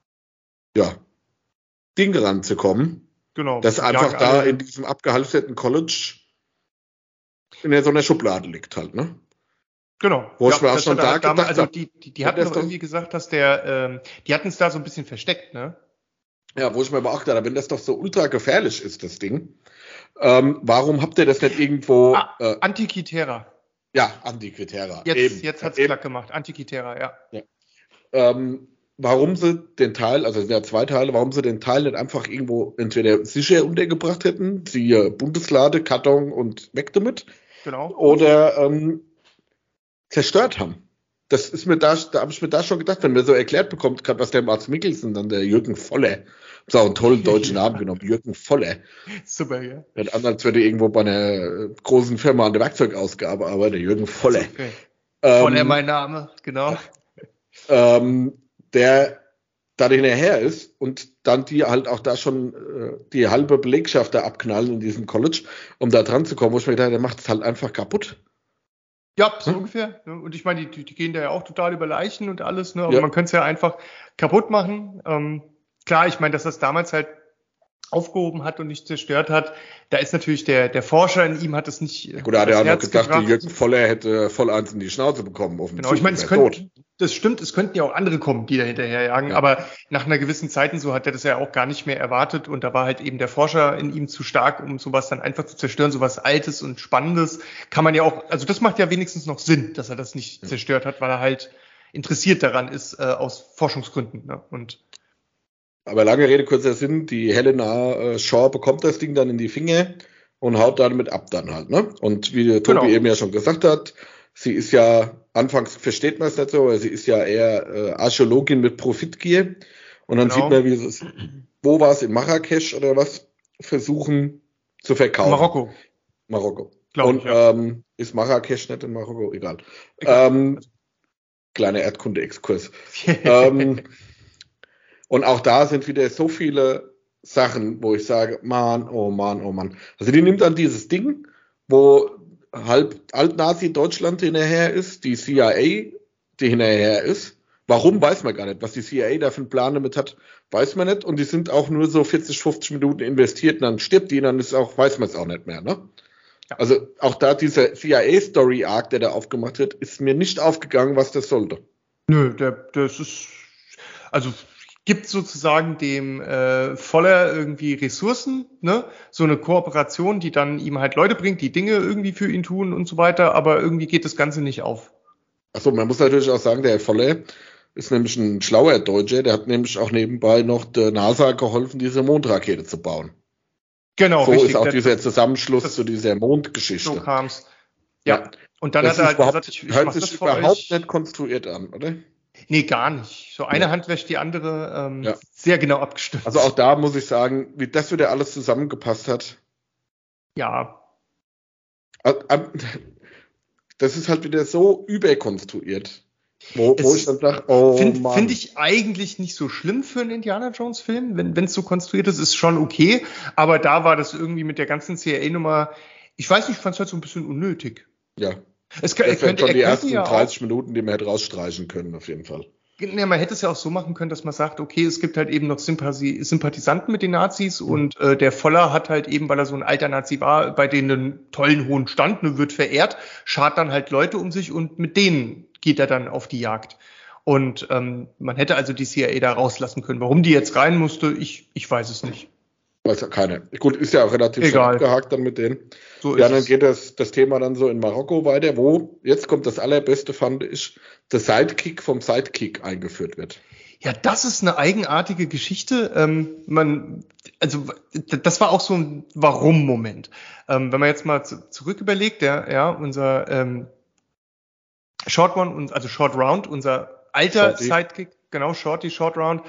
Ding ranzukommen. Genau. Das einfach da in diesem abgehalfterten College in so einer Schublade liegt halt, ne? Genau. Wo ich mir auch schon da gedacht habe. Also die hatten doch irgendwie gesagt, dass die hatten es da so ein bisschen versteckt, ne? Ja, wo ich mir aber auch gedacht habe, wenn das doch so ultra gefährlich ist, das Ding, warum habt ihr das nicht irgendwo... Antikythera. Ja, Antikythera. Jetzt hat's klack gemacht. Antikythera, ja. Warum sie den Teil, also es sind ja 2 Teile, warum sie den Teil nicht einfach irgendwo entweder sicher untergebracht hätten, siehe Bundeslade, Karton und weg damit. Genau. Oder zerstört haben. Das ist mir da habe ich mir da schon gedacht, wenn mir so erklärt bekommt, gerade was der Mads Mikkelsen, dann der Jürgen Voller, ist auch einen tollen deutschen Namen genommen, Jürgen Voller. Super, ja. Als würde irgendwo bei einer großen Firma an der Werkzeugausgabe arbeiten, Jürgen Voller. Okay. Voller mein Name, genau. Der da hinterher ist und dann die halt auch da schon die halbe Belegschaft da abknallen in diesem College, um da dran zu kommen, wo ich mir gedacht habe, der macht es halt einfach kaputt. Ja, so ungefähr. Und ich meine, die gehen da ja auch total über Leichen und alles, ne? Aber man könnte es ja einfach kaputt machen. Klar, ich meine, dass das damals halt aufgehoben hat und nicht zerstört hat, da ist natürlich der Forscher in ihm hat es nicht. Gut, da hat er auch noch gedacht, der Jürgen Voller hätte voll eins in die Schnauze bekommen. Genau, ich meine, Das stimmt, es könnten ja auch andere kommen, die da hinterherjagen, aber nach einer gewissen Zeit und so hat er das ja auch gar nicht mehr erwartet und da war halt eben der Forscher in ihm zu stark, um sowas dann einfach zu zerstören, sowas Altes und Spannendes kann man ja auch, also das macht ja wenigstens noch Sinn, dass er das nicht zerstört hat, weil er halt interessiert daran ist, aus Forschungsgründen. Ne? Aber lange Rede, kurzer Sinn, die Helena Shaw bekommt das Ding dann in die Finger und haut damit ab dann halt, ne? Und wie der Tobi eben ja schon gesagt hat, sie ist ja, anfangs versteht man es nicht so, aber sie ist ja eher Archäologin mit Profitgier. Und dann sieht man, wie sie es, wo war es, in Marrakesch oder was, versuchen zu verkaufen. Marokko. Und ist Marrakesch nicht in Marokko? Egal. Kleiner Erdkunde-Exkurs. Und auch da sind wieder so viele Sachen, wo ich sage, Mann, oh Mann, oh Mann. Also die nimmt dann dieses Ding, wo halb Alt-Nazi-Deutschland hinterher ist, die CIA, die hinterher ist. Warum, weiß man gar nicht. Was die CIA da für einen Plan damit hat, weiß man nicht. Und die sind auch nur so 40, 50 Minuten investiert und dann stirbt die und dann ist auch, weiß man es auch nicht mehr, ne? Ja. Also auch da dieser CIA-Story-Arc, der da aufgemacht wird, ist mir nicht aufgegangen, was das sollte. Nö, das ist, also gibt sozusagen dem Voller irgendwie Ressourcen, ne? So eine Kooperation, die dann ihm halt Leute bringt, die Dinge irgendwie für ihn tun und so weiter, aber irgendwie geht das Ganze nicht auf. Achso, man muss natürlich auch sagen, der Herr Voller ist nämlich ein schlauer Deutscher, der hat nämlich auch nebenbei noch der NASA geholfen, diese Mondrakete zu bauen. Genau, so richtig. So ist auch dieser Zusammenschluss zu dieser Mondgeschichte. So kam's. Ja. Und dann das hat er halt gesagt, hört sich überhaupt nicht konstruiert an, oder? Nee, gar nicht. So eine Hand wäscht die andere sehr genau abgestimmt. Also auch da muss ich sagen, wie das wieder alles zusammengepasst hat. Ja. Das ist halt wieder so überkonstruiert. Wo ich dann sage, oh Mann. Finde ich eigentlich nicht so schlimm für einen Indiana Jones Film, wenn es so konstruiert ist schon okay. Aber da war das irgendwie mit der ganzen CIA-Nummer, ich weiß nicht, ich fand es halt so ein bisschen unnötig. Ja. Das wären schon die ersten 30 Minuten, die man hätte rausstreichen können, auf jeden Fall. Ja, man hätte es ja auch so machen können, dass man sagt, okay, es gibt halt eben noch Sympathisanten mit den Nazis und der Voller hat halt eben, weil er so ein alter Nazi war, bei denen einen tollen hohen Stand, wird verehrt, schart dann halt Leute um sich und mit denen geht er dann auf die Jagd. Und man hätte also die CIA da rauslassen können. Warum die jetzt rein musste, ich weiß es nicht. Weiß ja keiner. Gut, ist ja auch relativ schon abgehakt dann mit denen. So ja, dann geht das Thema dann so in Marokko weiter, wo, jetzt kommt das Allerbeste, fand ich, der Sidekick vom Sidekick eingeführt wird. Ja, das ist eine eigenartige Geschichte. Das war auch so ein Warum-Moment. Wenn man jetzt mal zurück überlegt, unser Short One, also Short Round, unser alter Shorty. Sidekick, genau, Shorty, Short Round,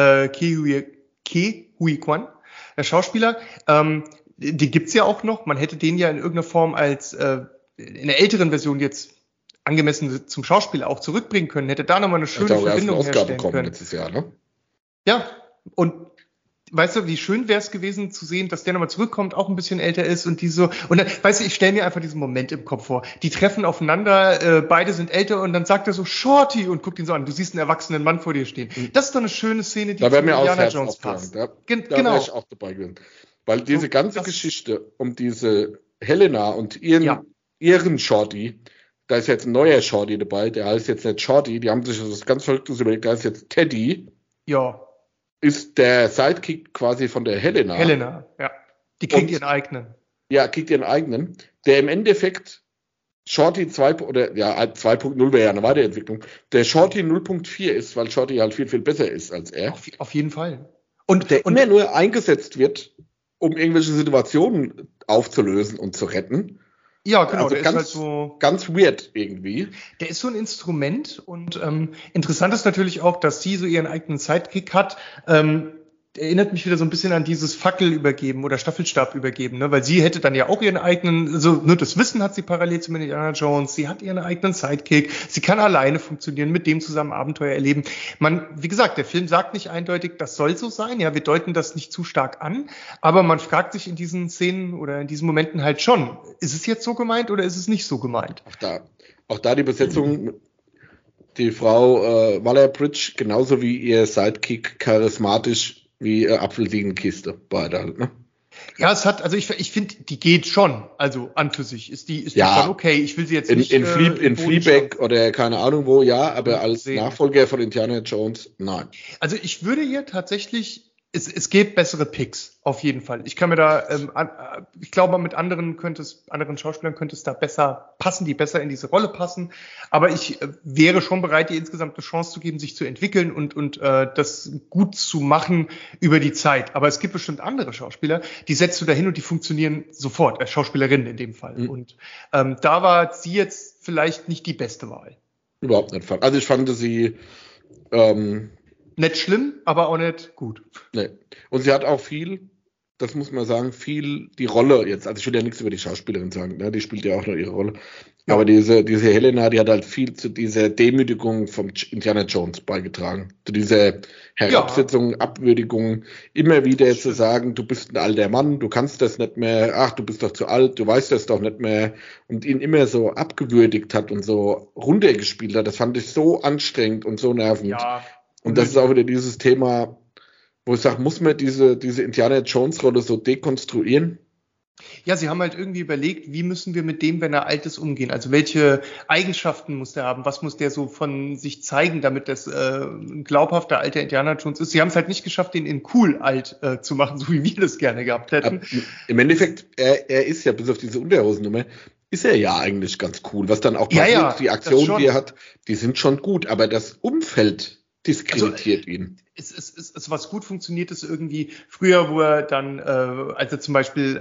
Ke Huy Quan, der Schauspieler, die gibt's ja auch noch. Man hätte den ja in irgendeiner Form als in der älteren Version jetzt angemessen zum Schauspieler auch zurückbringen können, hätte da nochmal eine schöne Verbindung herstellen können. Letztes Jahr, ne? Ja, und weißt du, wie schön wäre es gewesen zu sehen, dass der nochmal zurückkommt, auch ein bisschen älter ist und die so, und dann, weißt du, ich stelle mir einfach diesen Moment im Kopf vor. Die treffen aufeinander, beide sind älter und dann sagt er so, Shorty, und guckt ihn so an. Du siehst einen erwachsenen Mann vor dir stehen. Das ist doch eine schöne Szene, die zu Indiana Jones passt. Da wäre ich auch dabei gewesen. Weil diese ganze Geschichte um diese Helena und ihren Shorty, da ist jetzt ein neuer Shorty dabei, der heißt jetzt nicht Shorty, die haben sich das ganz Verrücktes überlegt, der heißt jetzt Teddy. Ja. Ist der Sidekick quasi von der Helena. Helena, ja. Die kriegt ihren eigenen. Ja, kriegt ihren eigenen. Der im Endeffekt Shorty 2.0 wäre ja eine Weiterentwicklung. Der Shorty 0.4 ist, weil Shorty halt viel, viel besser ist als er. Auf jeden Fall. Und der immer nur eingesetzt wird, um irgendwelche Situationen aufzulösen und zu retten. Ja, genau, also der ganz, ist halt so. Ganz weird irgendwie. Der ist so ein Instrument und interessant ist natürlich auch, dass sie so ihren eigenen Sidekick hat. Erinnert mich wieder so ein bisschen an dieses Fackel übergeben oder Staffelstab übergeben, ne? Weil sie hätte dann ja auch ihren eigenen, nur das Wissen hat sie parallel zu Indiana Jones, sie hat ihren eigenen Sidekick, sie kann alleine funktionieren, mit dem zusammen Abenteuer erleben. Wie gesagt, der Film sagt nicht eindeutig, das soll so sein, ja, wir deuten das nicht zu stark an, aber man fragt sich in diesen Szenen oder in diesen Momenten halt schon, ist es jetzt so gemeint oder ist es nicht so gemeint? Auch da die Besetzung, die Frau Waller-Bridge, genauso wie ihr Sidekick charismatisch wie Apfelsinenkiste, beide halt, ne? Ja, also ich finde, die geht schon. Also an für sich ist die schon okay. Ich will sie jetzt nicht in Fleabag oder keine Ahnung wo, ja, aber als Nachfolger von Indiana Jones, nein. Also ich würde ihr tatsächlich, es gibt bessere Picks, auf jeden Fall. Ich kann mir da, ich glaube, mit anderen Schauspielern könnte es da besser passen, die besser in diese Rolle passen. Aber ich wäre schon bereit, ihr insgesamt eine Chance zu geben, sich zu entwickeln und das gut zu machen über die Zeit. Aber es gibt bestimmt andere Schauspieler, die setzt du da hin und die funktionieren sofort, als Schauspielerin in dem Fall. Und da war sie jetzt vielleicht nicht die beste Wahl. Überhaupt nicht. Also ich fand sie nicht schlimm, aber auch nicht gut. Nee. Und sie hat auch viel, das muss man sagen, die Rolle jetzt, also ich will ja nichts über die Schauspielerin sagen, ne? Die spielt ja auch noch ihre Rolle. Ja. Aber diese Helena, die hat halt viel zu dieser Demütigung vom Indiana Jones beigetragen. Zu dieser Herabsetzung, Abwürdigung, immer wieder zu sagen, du bist ein alter Mann, du kannst das nicht mehr, ach, du bist doch zu alt, du weißt das doch nicht mehr. Und ihn immer so abgewürdigt hat und so runtergespielt hat, das fand ich so anstrengend und so nervend. Ja. Und das ist auch wieder dieses Thema, wo ich sage, muss man diese Indiana Jones-Rolle so dekonstruieren? Ja, sie haben halt irgendwie überlegt, wie müssen wir mit dem, wenn er alt ist, umgehen? Also welche Eigenschaften muss der haben? Was muss der so von sich zeigen, damit das ein glaubhafter alter Indiana Jones ist? Sie haben es halt nicht geschafft, ihn in cool alt zu machen, so wie wir das gerne gehabt hätten. Im Endeffekt, er ist ja bis auf diese Unterhosennummer, ist er ja eigentlich ganz cool. Was dann auch passiert, die Aktionen, die er hat, die sind schon gut. Aber das Umfeld diskreditiert ihn. Es was gut funktioniert, ist irgendwie früher, wo er dann, als er zum Beispiel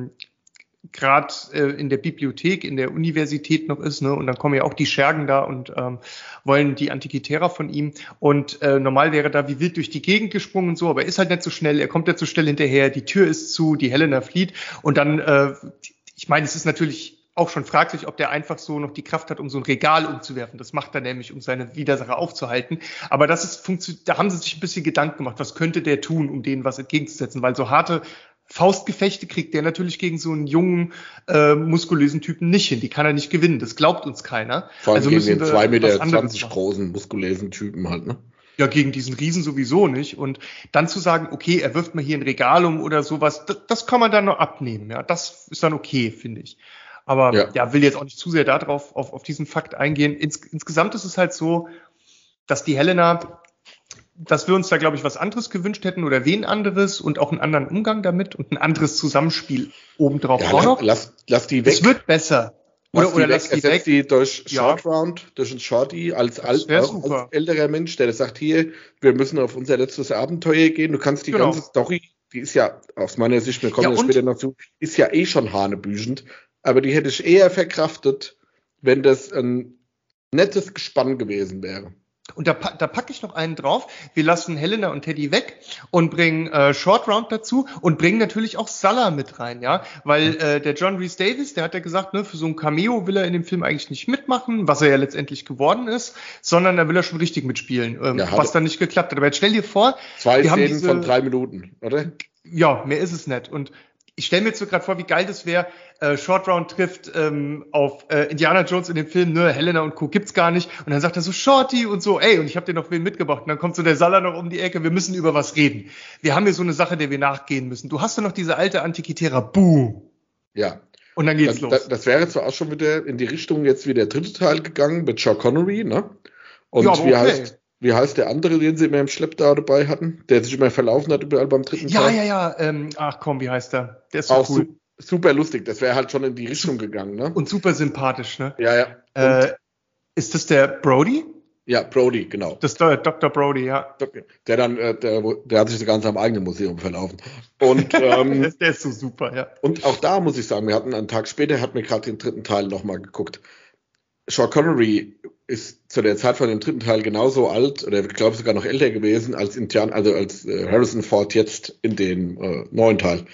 gerade in der Bibliothek, in der Universität noch ist, ne, und dann kommen ja auch die Schergen da und wollen die Antikythera von ihm und normal wäre da wie wild durch die Gegend gesprungen und so, aber er ist halt nicht so schnell, er kommt ja zu schnell hinterher, die Tür ist zu, die Helena flieht und dann, ich meine, es ist natürlich auch schon fraglich, ob der einfach so noch die Kraft hat, um so ein Regal umzuwerfen. Das macht er nämlich, um seine Widersacher aufzuhalten. Aber das ist da haben sie sich ein bisschen Gedanken gemacht, was könnte der tun, um denen was entgegenzusetzen, weil so harte Faustgefechte kriegt der natürlich gegen so einen jungen, muskulösen Typen nicht hin. Die kann er nicht gewinnen. Das glaubt uns keiner. Vor allem also gegen den 2,20 Meter großen, muskulösen Typen halt, ne? Ja, gegen diesen Riesen sowieso nicht. Und dann zu sagen, okay, er wirft mal hier ein Regal um oder sowas, das kann man dann noch abnehmen. Ja, das ist dann okay, finde ich. Aber will jetzt auch nicht zu sehr darauf auf diesen Fakt eingehen. Insgesamt ist es halt so, dass die Helena, dass wir uns da, glaube ich, was anderes gewünscht hätten oder wen anderes und auch einen anderen Umgang damit und ein anderes Zusammenspiel obendrauf auch noch. Lass die weg. Es wird besser. Oder lass die weg. Die durch Short Round, durch ein Shorty als älterer Mensch, der sagt, hier, wir müssen auf unser letztes Abenteuer gehen. Du kannst die ganze Story, die ist ja, aus meiner Sicht, wir kommen ja später noch zu, ist ja eh schon hanebüchend. Aber die hätte ich eher verkraftet, wenn das ein nettes Gespann gewesen wäre. Und da packe ich noch einen drauf. Wir lassen Helena und Teddy weg und bringen Short Round dazu und bringen natürlich auch Salah mit rein, ja, weil der John Rhys Davies, der hat ja gesagt, ne, für so ein Cameo will er in dem Film eigentlich nicht mitmachen, was er ja letztendlich geworden ist, sondern da will er schon richtig mitspielen, was dann nicht geklappt hat. Aber jetzt stell dir vor, 2 Szenen von 3 Minuten, oder? Ja, mehr ist es nicht. Und ich stelle mir jetzt so gerade vor, wie geil das wäre, Short Round trifft auf Indiana Jones in dem Film, ne, Helena und Co. gibt's gar nicht. Und dann sagt er so, Shorty und so, ey, und ich habe dir noch wen mitgebracht. Und dann kommt so der Salah noch um die Ecke, wir müssen über was reden. Wir haben hier so eine Sache, der wir nachgehen müssen. Du hast doch noch diese alte Antikythera, boom. Ja. Und dann geht's los. Das wäre zwar auch schon wieder in die Richtung jetzt wie der dritte Teil gegangen mit Sean Connery, ne? Und wie heißt der andere, den sie immer im Schlepptau dabei hatten, der sich immer verlaufen hat überall beim dritten Teil? Ja. Ach komm, wie heißt der? Der ist so auch cool. Super lustig. Das wäre halt schon in die Richtung gegangen, ne? Und super sympathisch, ne? Ja. Ist das der Brody? Ja, Brody, genau. Das ist der Dr. Brody, ja. Der dann, der hat sich ganz am eigenen Museum verlaufen. Und der ist so super, ja. Und auch da muss ich sagen, wir hatten einen Tag später, hatten wir gerade den dritten Teil nochmal geguckt. Sean Connery ist zu der Zeit von dem dritten Teil genauso alt, oder ich glaube sogar noch älter gewesen, als Harrison Ford jetzt in dem neuen Teil.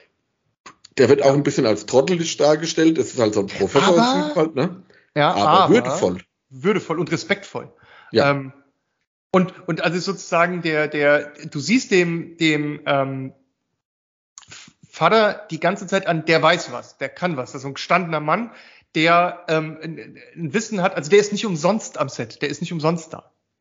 Der wird auch ein bisschen als trottelig dargestellt. Das ist halt so ein Professor-Typ halt, ne? Ja, aber würdevoll. Würdevoll und respektvoll. Ja. Und also sozusagen du siehst dem Vater die ganze Zeit an, der weiß was, der kann was. Das ist so ein gestandener Mann, der ein Wissen hat, also der ist nicht umsonst am Set, der ist nicht umsonst da.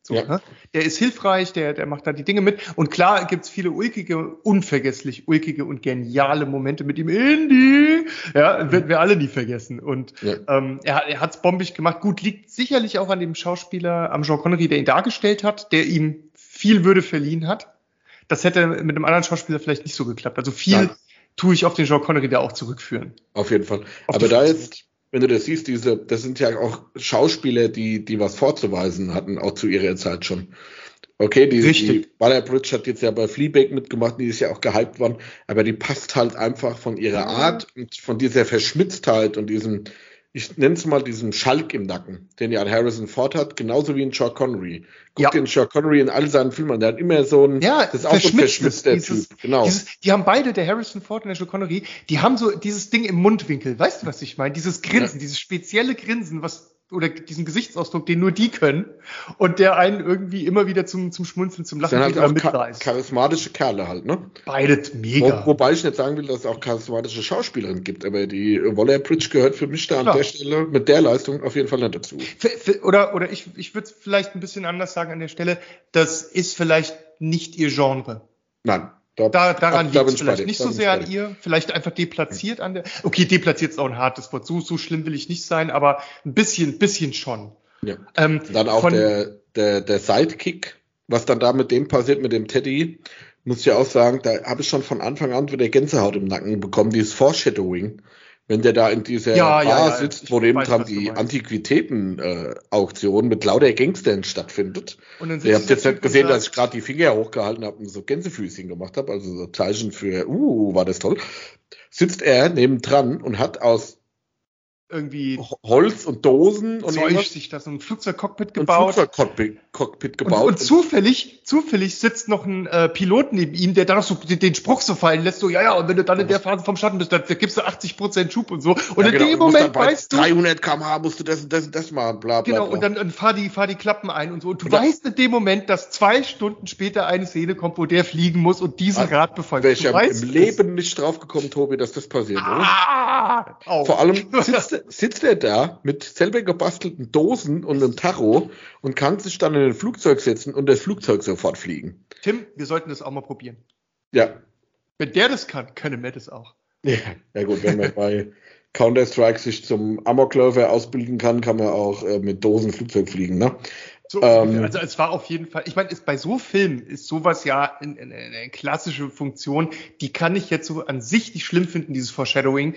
So, ne? Der ist hilfreich, der macht da die Dinge mit. Und klar gibt's viele unvergesslich ulkige und geniale Momente mit ihm. Indy, ja, werden wir alle nie vergessen. Und er hat's bombig gemacht. Gut, liegt sicherlich auch an dem Schauspieler, am Sean Connery, der ihn dargestellt hat, der ihm viel Würde verliehen hat. Das hätte mit einem anderen Schauspieler vielleicht nicht so geklappt. Also viel tue ich auf den Sean Connery da auch zurückführen. Auf jeden Fall. Aber da jetzt, wenn du das siehst, das sind ja auch Schauspieler, die was vorzuweisen hatten, auch zu ihrer Zeit schon. Okay, die Waller-Bridge hat jetzt ja bei Fleabag mitgemacht, die ist ja auch gehypt worden, aber die passt halt einfach von ihrer Art und von dieser Verschmitztheit und diesem, ich nenne es mal diesen Schalk im Nacken, den ja Harrison Ford hat, genauso wie in Sean Connery. Guck den Sean Connery in all seinen Filmen an, der hat immer so ein, das ist auch so ein verschmitzter Typ. Genau. Die haben beide, der Harrison Ford und der Sean Connery, die haben so dieses Ding im Mundwinkel, weißt du, was ich meine? Dieses Grinsen, dieses spezielle Grinsen, oder diesen Gesichtsausdruck, den nur die können und der einen irgendwie immer wieder zum Schmunzeln, zum Lachen halt auch mitreißt. Charismatische Kerle halt, ne? Beide mega. Wobei ich nicht sagen will, dass es auch charismatische Schauspielerinnen gibt, aber die Waller-Bridge gehört für mich da an der Stelle mit der Leistung auf jeden Fall nicht dazu. Oder ich würde es vielleicht ein bisschen anders sagen an der Stelle, das ist vielleicht nicht ihr Genre. Nein. Daran liegt es vielleicht nicht so sehr an ihr, vielleicht einfach deplatziert an der. Okay, deplatziert ist auch ein hartes Wort. So schlimm will ich nicht sein, aber ein bisschen schon. Ja. Dann auch der Sidekick, was dann da mit dem passiert, mit dem Teddy, muss ich ja auch sagen, da habe ich schon von Anfang an wieder Gänsehaut im Nacken bekommen, dieses Foreshadowing. Wenn der da in dieser Bar sitzt, wo nebendran die Antiquitäten-Auktion mit lauter Gangstern stattfindet. Ihr habt jetzt nicht gesehen, dass ich gerade die Finger hochgehalten habe und so Gänsefüßchen gemacht habe, also so Zeichen für, war das toll. Sitzt er nebendran und hat aus irgendwie Holz und Dosen und sich da so ein Flugzeugcockpit gebaut. Und zufällig sitzt noch ein Pilot neben ihm, der da noch so den Spruch so fallen lässt, so, und wenn du dann in der Phase vom Schatten bist, dann gibst du 80% Schub und so. Und in dem Moment weißt du, 300 km/h musst du das machen, bla, bla, bla. Und dann fahr die Klappen ein und so. Und du weißt in dem Moment, dass 2 Stunden später eine Szene kommt, wo der fliegen muss und diesen Rat befolgt. Wäre ich ja im Leben nicht drauf gekommen, Tobi, dass das passiert, oder? Vor allem sitzt er da mit selber gebastelten Dosen und einem Tacho und kann sich dann in ein Flugzeug setzen und das Flugzeug sofort fliegen. Tim, wir sollten das auch mal probieren. Ja. Wenn der das kann, können wir das auch. Ja gut, wenn man bei Counter-Strike sich zum Amokläufer ausbilden kann man auch mit Dosen Flugzeug fliegen, ne? So, also es war auf jeden Fall, ich meine, bei so Filmen ist sowas ja eine klassische Funktion, die kann ich jetzt so an sich nicht schlimm finden, dieses Foreshadowing.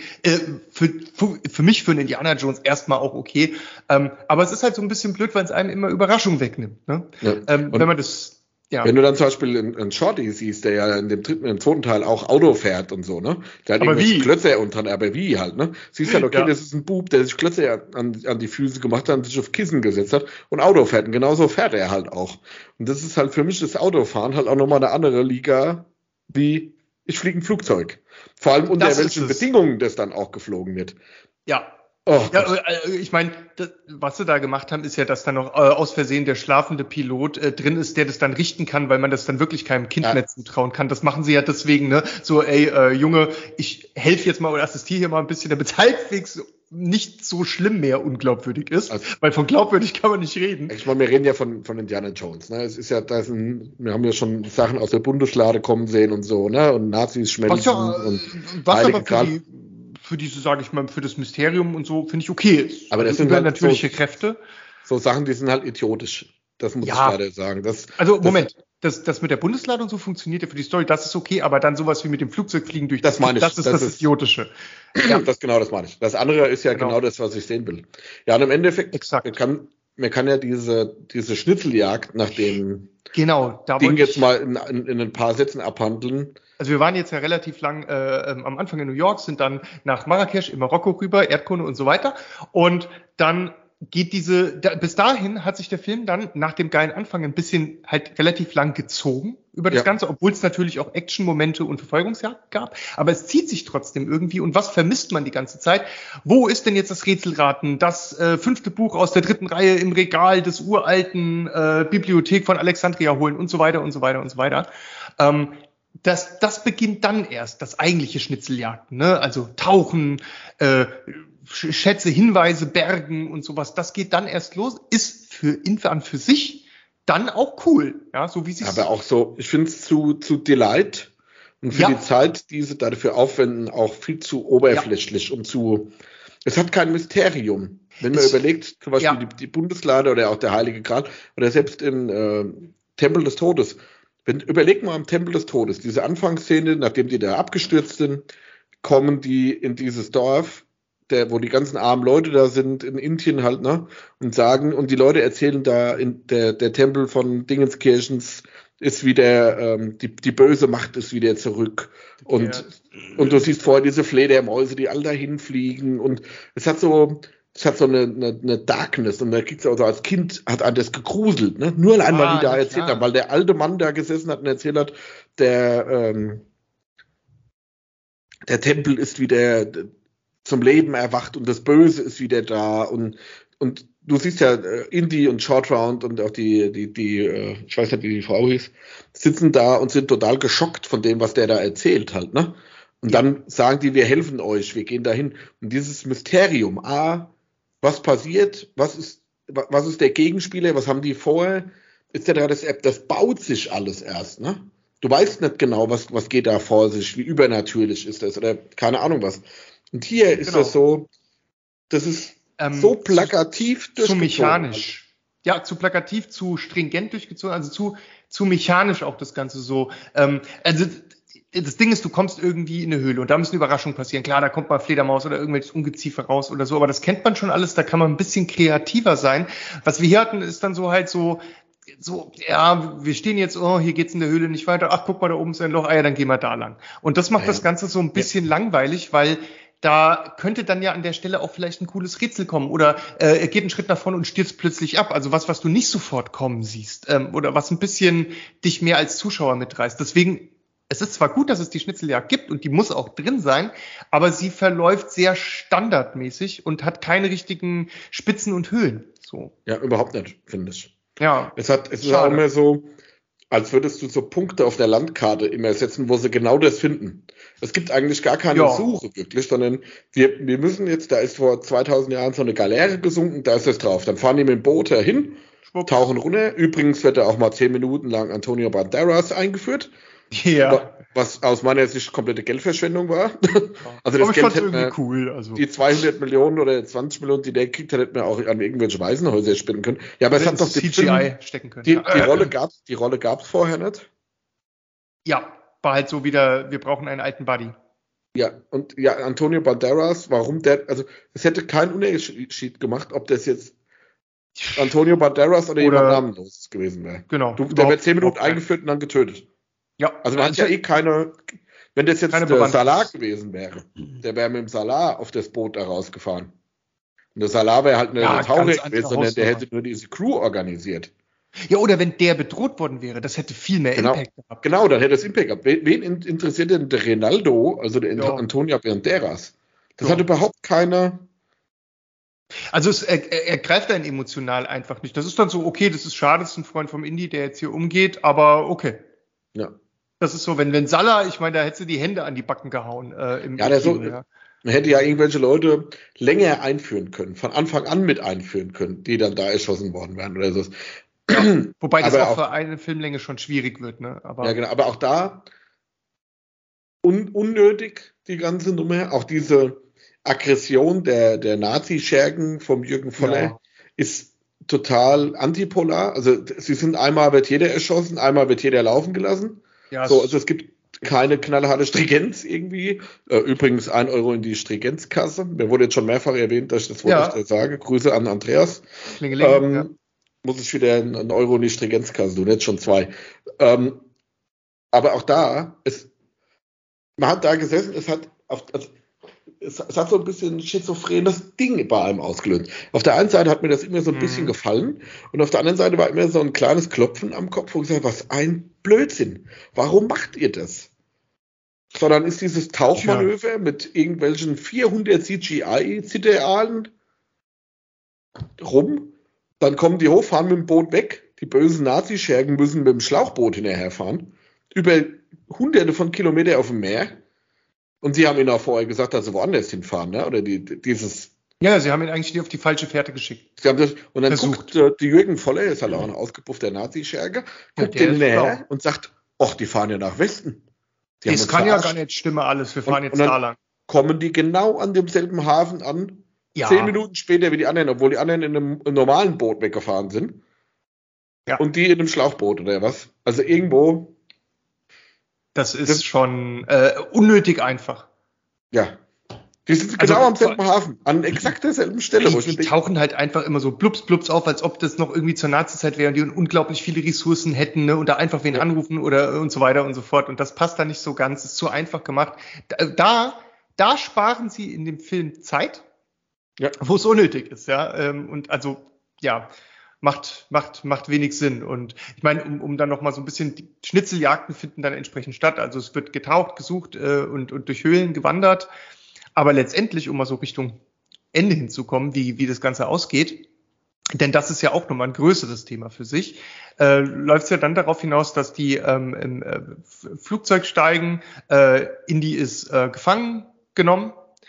Für mich, für einen Indiana Jones erstmal auch okay. Aber es ist halt so ein bisschen blöd, weil es einem immer Überraschung wegnimmt. Ne? Ja. Wenn man das... Ja. Wenn du dann zum Beispiel einen Shorty siehst, der ja in dem zweiten Teil auch Auto fährt und so, ne? Der hat irgendwelche Klötze unter, aber wie halt, ne? Siehst halt, okay, das ist ein Bub, der sich Klötze an die Füße gemacht hat und sich auf Kissen gesetzt hat und Auto fährt. Und genauso fährt er halt auch. Und das ist halt für mich das Autofahren halt auch nochmal eine andere Liga, wie ich fliege ein Flugzeug. Vor allem unter welchen Bedingungen das dann auch geflogen wird. Ja. Ich meine, was sie da gemacht haben, ist ja, dass da noch aus Versehen der schlafende Pilot drin ist, der das dann richten kann, weil man das dann wirklich keinem Kind mehr zutrauen kann. Das machen sie ja deswegen, ne? So, Junge, ich helfe jetzt mal oder assistiere hier mal ein bisschen, damit es halbwegs nicht so schlimm mehr unglaubwürdig ist, weil von glaubwürdig kann man nicht reden. Ich meine, wir reden ja von Indiana Jones, ne? Es ist ja, wir haben ja schon Sachen aus der Bundeslade kommen sehen und so, ne? Und Nazis schmelzen und für diese, sage ich mal, für das Mysterium und so, finde ich okay. Aber das sind halt natürliche Kräfte. So Sachen, die sind halt idiotisch. Das muss ich leider sagen. Moment, das mit der Bundeslade und so funktioniert ja für die Story, das ist okay, aber dann sowas wie mit dem Flugzeugfliegen durch das meine ich. Das ist das Idiotische. Ja. Das meine ich. Das andere ist ja genau das, was ich sehen will. Ja, und im Endeffekt, man kann ja diese Schnitzeljagd nach dem Ding jetzt mal in ein paar Sätzen abhandeln. Also wir waren jetzt ja relativ lang am Anfang in New York, sind dann nach Marrakesch, in Marokko rüber, Erdkunde und so weiter. Und dann geht bis dahin hat sich der Film dann nach dem geilen Anfang ein bisschen halt relativ lang gezogen über das Ganze, obwohl es natürlich auch Action-Momente und Verfolgungsjagd gab. Aber es zieht sich trotzdem irgendwie. Und was vermisst man die ganze Zeit? Wo ist denn jetzt das Rätselraten? Das 5. Buch aus der 3. Reihe im Regal des uralten Bibliothek von Alexandria holen und so weiter und so weiter und so weiter. Das beginnt dann erst, das eigentliche Schnitzeljagden, ne? Also Tauchen, Schätze, Hinweise, Bergen und sowas, das geht dann erst los, ist für sich dann auch cool. Ja, so wie sie Aber auch so, ich finde es zu Delight und für die Zeit, die sie dafür aufwenden, auch viel zu oberflächlich und es hat kein Mysterium. Wenn man überlegt, zum Beispiel die Bundeslade oder auch der Heilige Gral oder selbst in Tempel des Todes. Überleg mal am Tempel des Todes, diese Anfangsszene, nachdem die da abgestürzt sind, kommen die in dieses Dorf, wo die ganzen armen Leute da sind, in Indien halt, ne? Und die Leute erzählen da, der Tempel von Dingenskirchens ist wieder, die böse Macht ist wieder zurück. Und du siehst vorher diese Fledermäuse, die alle dahin fliegen. Und es hat so eine Darkness. Und da kriegst du also als Kind, hat einen das gegruselt, ne? Nur einmal, die da erzählt haben, weil der alte Mann da gesessen hat und erzählt hat, der Tempel ist wieder zum Leben erwacht und das Böse ist wieder da. Und du siehst ja, Indy und Short Round und auch die ich weiß nicht, wie die Frau hieß, sitzen da und sind total geschockt von dem, was der da erzählt halt, ne? Und dann sagen die, wir helfen euch, wir gehen dahin. Und dieses Mysterium, was passiert, was ist der Gegenspieler, was haben die vorher, das baut sich alles erst, ne? Du weißt nicht genau, was geht da vor sich, wie übernatürlich ist das oder keine Ahnung was. Und hier ist das so, das ist so plakativ durchgezogen. Zu mechanisch. Ja, zu plakativ, zu stringent durchgezogen, also zu mechanisch auch das Ganze so. Also das Ding ist, du kommst irgendwie in eine Höhle und da müssen Überraschungen passieren. Klar, da kommt mal Fledermaus oder irgendwelches Ungeziefer raus oder so, aber das kennt man schon alles, da kann man ein bisschen kreativer sein. Was wir hier hatten, ist dann so halt so, ja, wir stehen jetzt, hier geht's in der Höhle nicht weiter, ach, guck mal, da oben ist ein Loch, dann gehen wir da lang. Und das macht das Ganze so ein bisschen langweilig, weil da könnte dann ja an der Stelle auch vielleicht ein cooles Rätsel kommen oder er geht einen Schritt nach vorne und stürzt plötzlich ab. Also was du nicht sofort kommen siehst oder was ein bisschen dich mehr als Zuschauer mitreißt. Deswegen, es ist zwar gut, dass es die Schnitzeljagd gibt und die muss auch drin sein, aber sie verläuft sehr standardmäßig und hat keine richtigen Spitzen und Höhen. So. Ja, überhaupt nicht, finde ich. Ja. Es ist auch immer so, als würdest du so Punkte auf der Landkarte immer setzen, wo sie genau das finden. Es gibt eigentlich gar keine Suche wirklich, sondern wir müssen jetzt, da ist vor 2000 Jahren so eine Galeere gesunken, da ist das drauf. Dann fahren die mit dem Boot dahin, tauchen runter. Übrigens wird da auch mal 10 Minuten lang Antonio Banderas eingeführt. Ja. Was aus meiner Sicht komplette Geldverschwendung war. Also das Geld hätte irgendwie cool. Also. Die 200 Millionen oder 20 Millionen, die der kriegt, hätte man auch an irgendwelche Waisenhäuser spenden können. Ja, aber es hat doch CGI stecken können. Die Rolle gab's vorher nicht. Ja, war halt so wieder, wir brauchen einen alten Buddy. Ja, und ja, Antonio Banderas, es hätte keinen Unterschied gemacht, ob das jetzt Antonio Banderas oder jemand namenlos gewesen wäre. Genau. Der wird 10 Minuten eingeführt und dann getötet. Ja. Also man hat ja keine, wenn das jetzt der Salah gewesen wäre, der wäre mit dem Salah auf das Boot da rausgefahren. Und der Salah wäre halt eine Taucher gewesen, sondern der hätte nur diese Crew organisiert. Ja, oder wenn der bedroht worden wäre, das hätte viel mehr Impact gehabt. Genau, dann hätte es Impact gehabt. Wen interessiert denn der Ronaldo, also der Antonio Banderas? Das hat überhaupt keine... Also er greift einen emotional einfach nicht. Das ist dann so, okay, das ist schade, das ist ein Freund vom Indy, der jetzt hier umgeht, aber okay. Ja. Das ist so, wenn Salah, ich meine, da hättest du die Hände an die Backen gehauen. Man hätte ja irgendwelche Leute länger einführen können, von Anfang an mit einführen können, die dann da erschossen worden wären oder so. Ja, wobei das auch für eine Filmlänge schon schwierig wird, ne? Ja, genau, aber auch da unnötig, die ganze Nummer. Auch diese Aggression der Nazi-Schergen vom Jürgen Voller ist total antipolar. Also einmal wird jeder erschossen, einmal wird jeder laufen gelassen. Ja, also es gibt keine knallharte Stringenz irgendwie. Übrigens 1 Euro in die Stringenzkasse. Mir wurde jetzt schon mehrfach erwähnt, dass ich das Wort nicht sage. Grüße an Andreas. Muss ich wieder 1 Euro in die Stringenzkasse tun, jetzt schon 2. Aber auch da, man hat da gesessen, es hat so ein bisschen schizophrenes Ding bei einem ausgelöst. Auf der einen Seite hat mir das immer so ein bisschen gefallen und auf der anderen Seite war immer so ein kleines Klopfen am Kopf, wo ich gesagt, was ein Blödsinn. Warum macht ihr das? Sondern ist dieses Tauchmanöver mit irgendwelchen 400 CGI-Zitteraalen rum, dann kommen die hoch, fahren mit dem Boot weg, die bösen Nazischergen müssen mit dem Schlauchboot hinterherfahren, über hunderte von Kilometern auf dem Meer. Und sie haben ihnen auch vorher gesagt, dass sie woanders hinfahren, ne? Oder dieses Ja, sie haben ihn eigentlich auf die falsche Fährte geschickt. Und dann guckt die Jürgen Voller, ist halt auch ein ausgepuffter Nazi-Scherge, guckt den hinterher und sagt, ach, die fahren ja nach Westen. Das kann ja gar nicht stimmen alles, wir fahren jetzt da lang. Kommen die genau an demselben Hafen an, 10 Minuten später wie die anderen, obwohl die anderen in einem normalen Boot weggefahren sind. Ja. Und die in einem Schlauchboot oder was? Also irgendwo. Das ist schon unnötig einfach. Ja. Die sind genau am selben Hafen, an exakt derselben Stelle. Die tauchen halt einfach immer so blups auf, als ob das noch irgendwie zur Nazi-Zeit wäre und die unglaublich viele Ressourcen hätten, ne, und da einfach wen anrufen oder und so weiter und so fort. Und das passt da nicht so ganz, ist zu einfach gemacht. Da sparen sie in dem Film Zeit, wo es unnötig ist, ja. Und also, ja, macht wenig Sinn. Und ich meine, um dann nochmal so ein bisschen, die Schnitzeljagden finden dann entsprechend statt. Also es wird getaucht, gesucht und durch Höhlen gewandert. Aber letztendlich, um mal so Richtung Ende hinzukommen, wie das Ganze ausgeht, denn das ist ja auch nochmal ein größeres Thema für sich, läuft es ja dann darauf hinaus, dass die im Flugzeug steigen, Indy ist gefangen genommen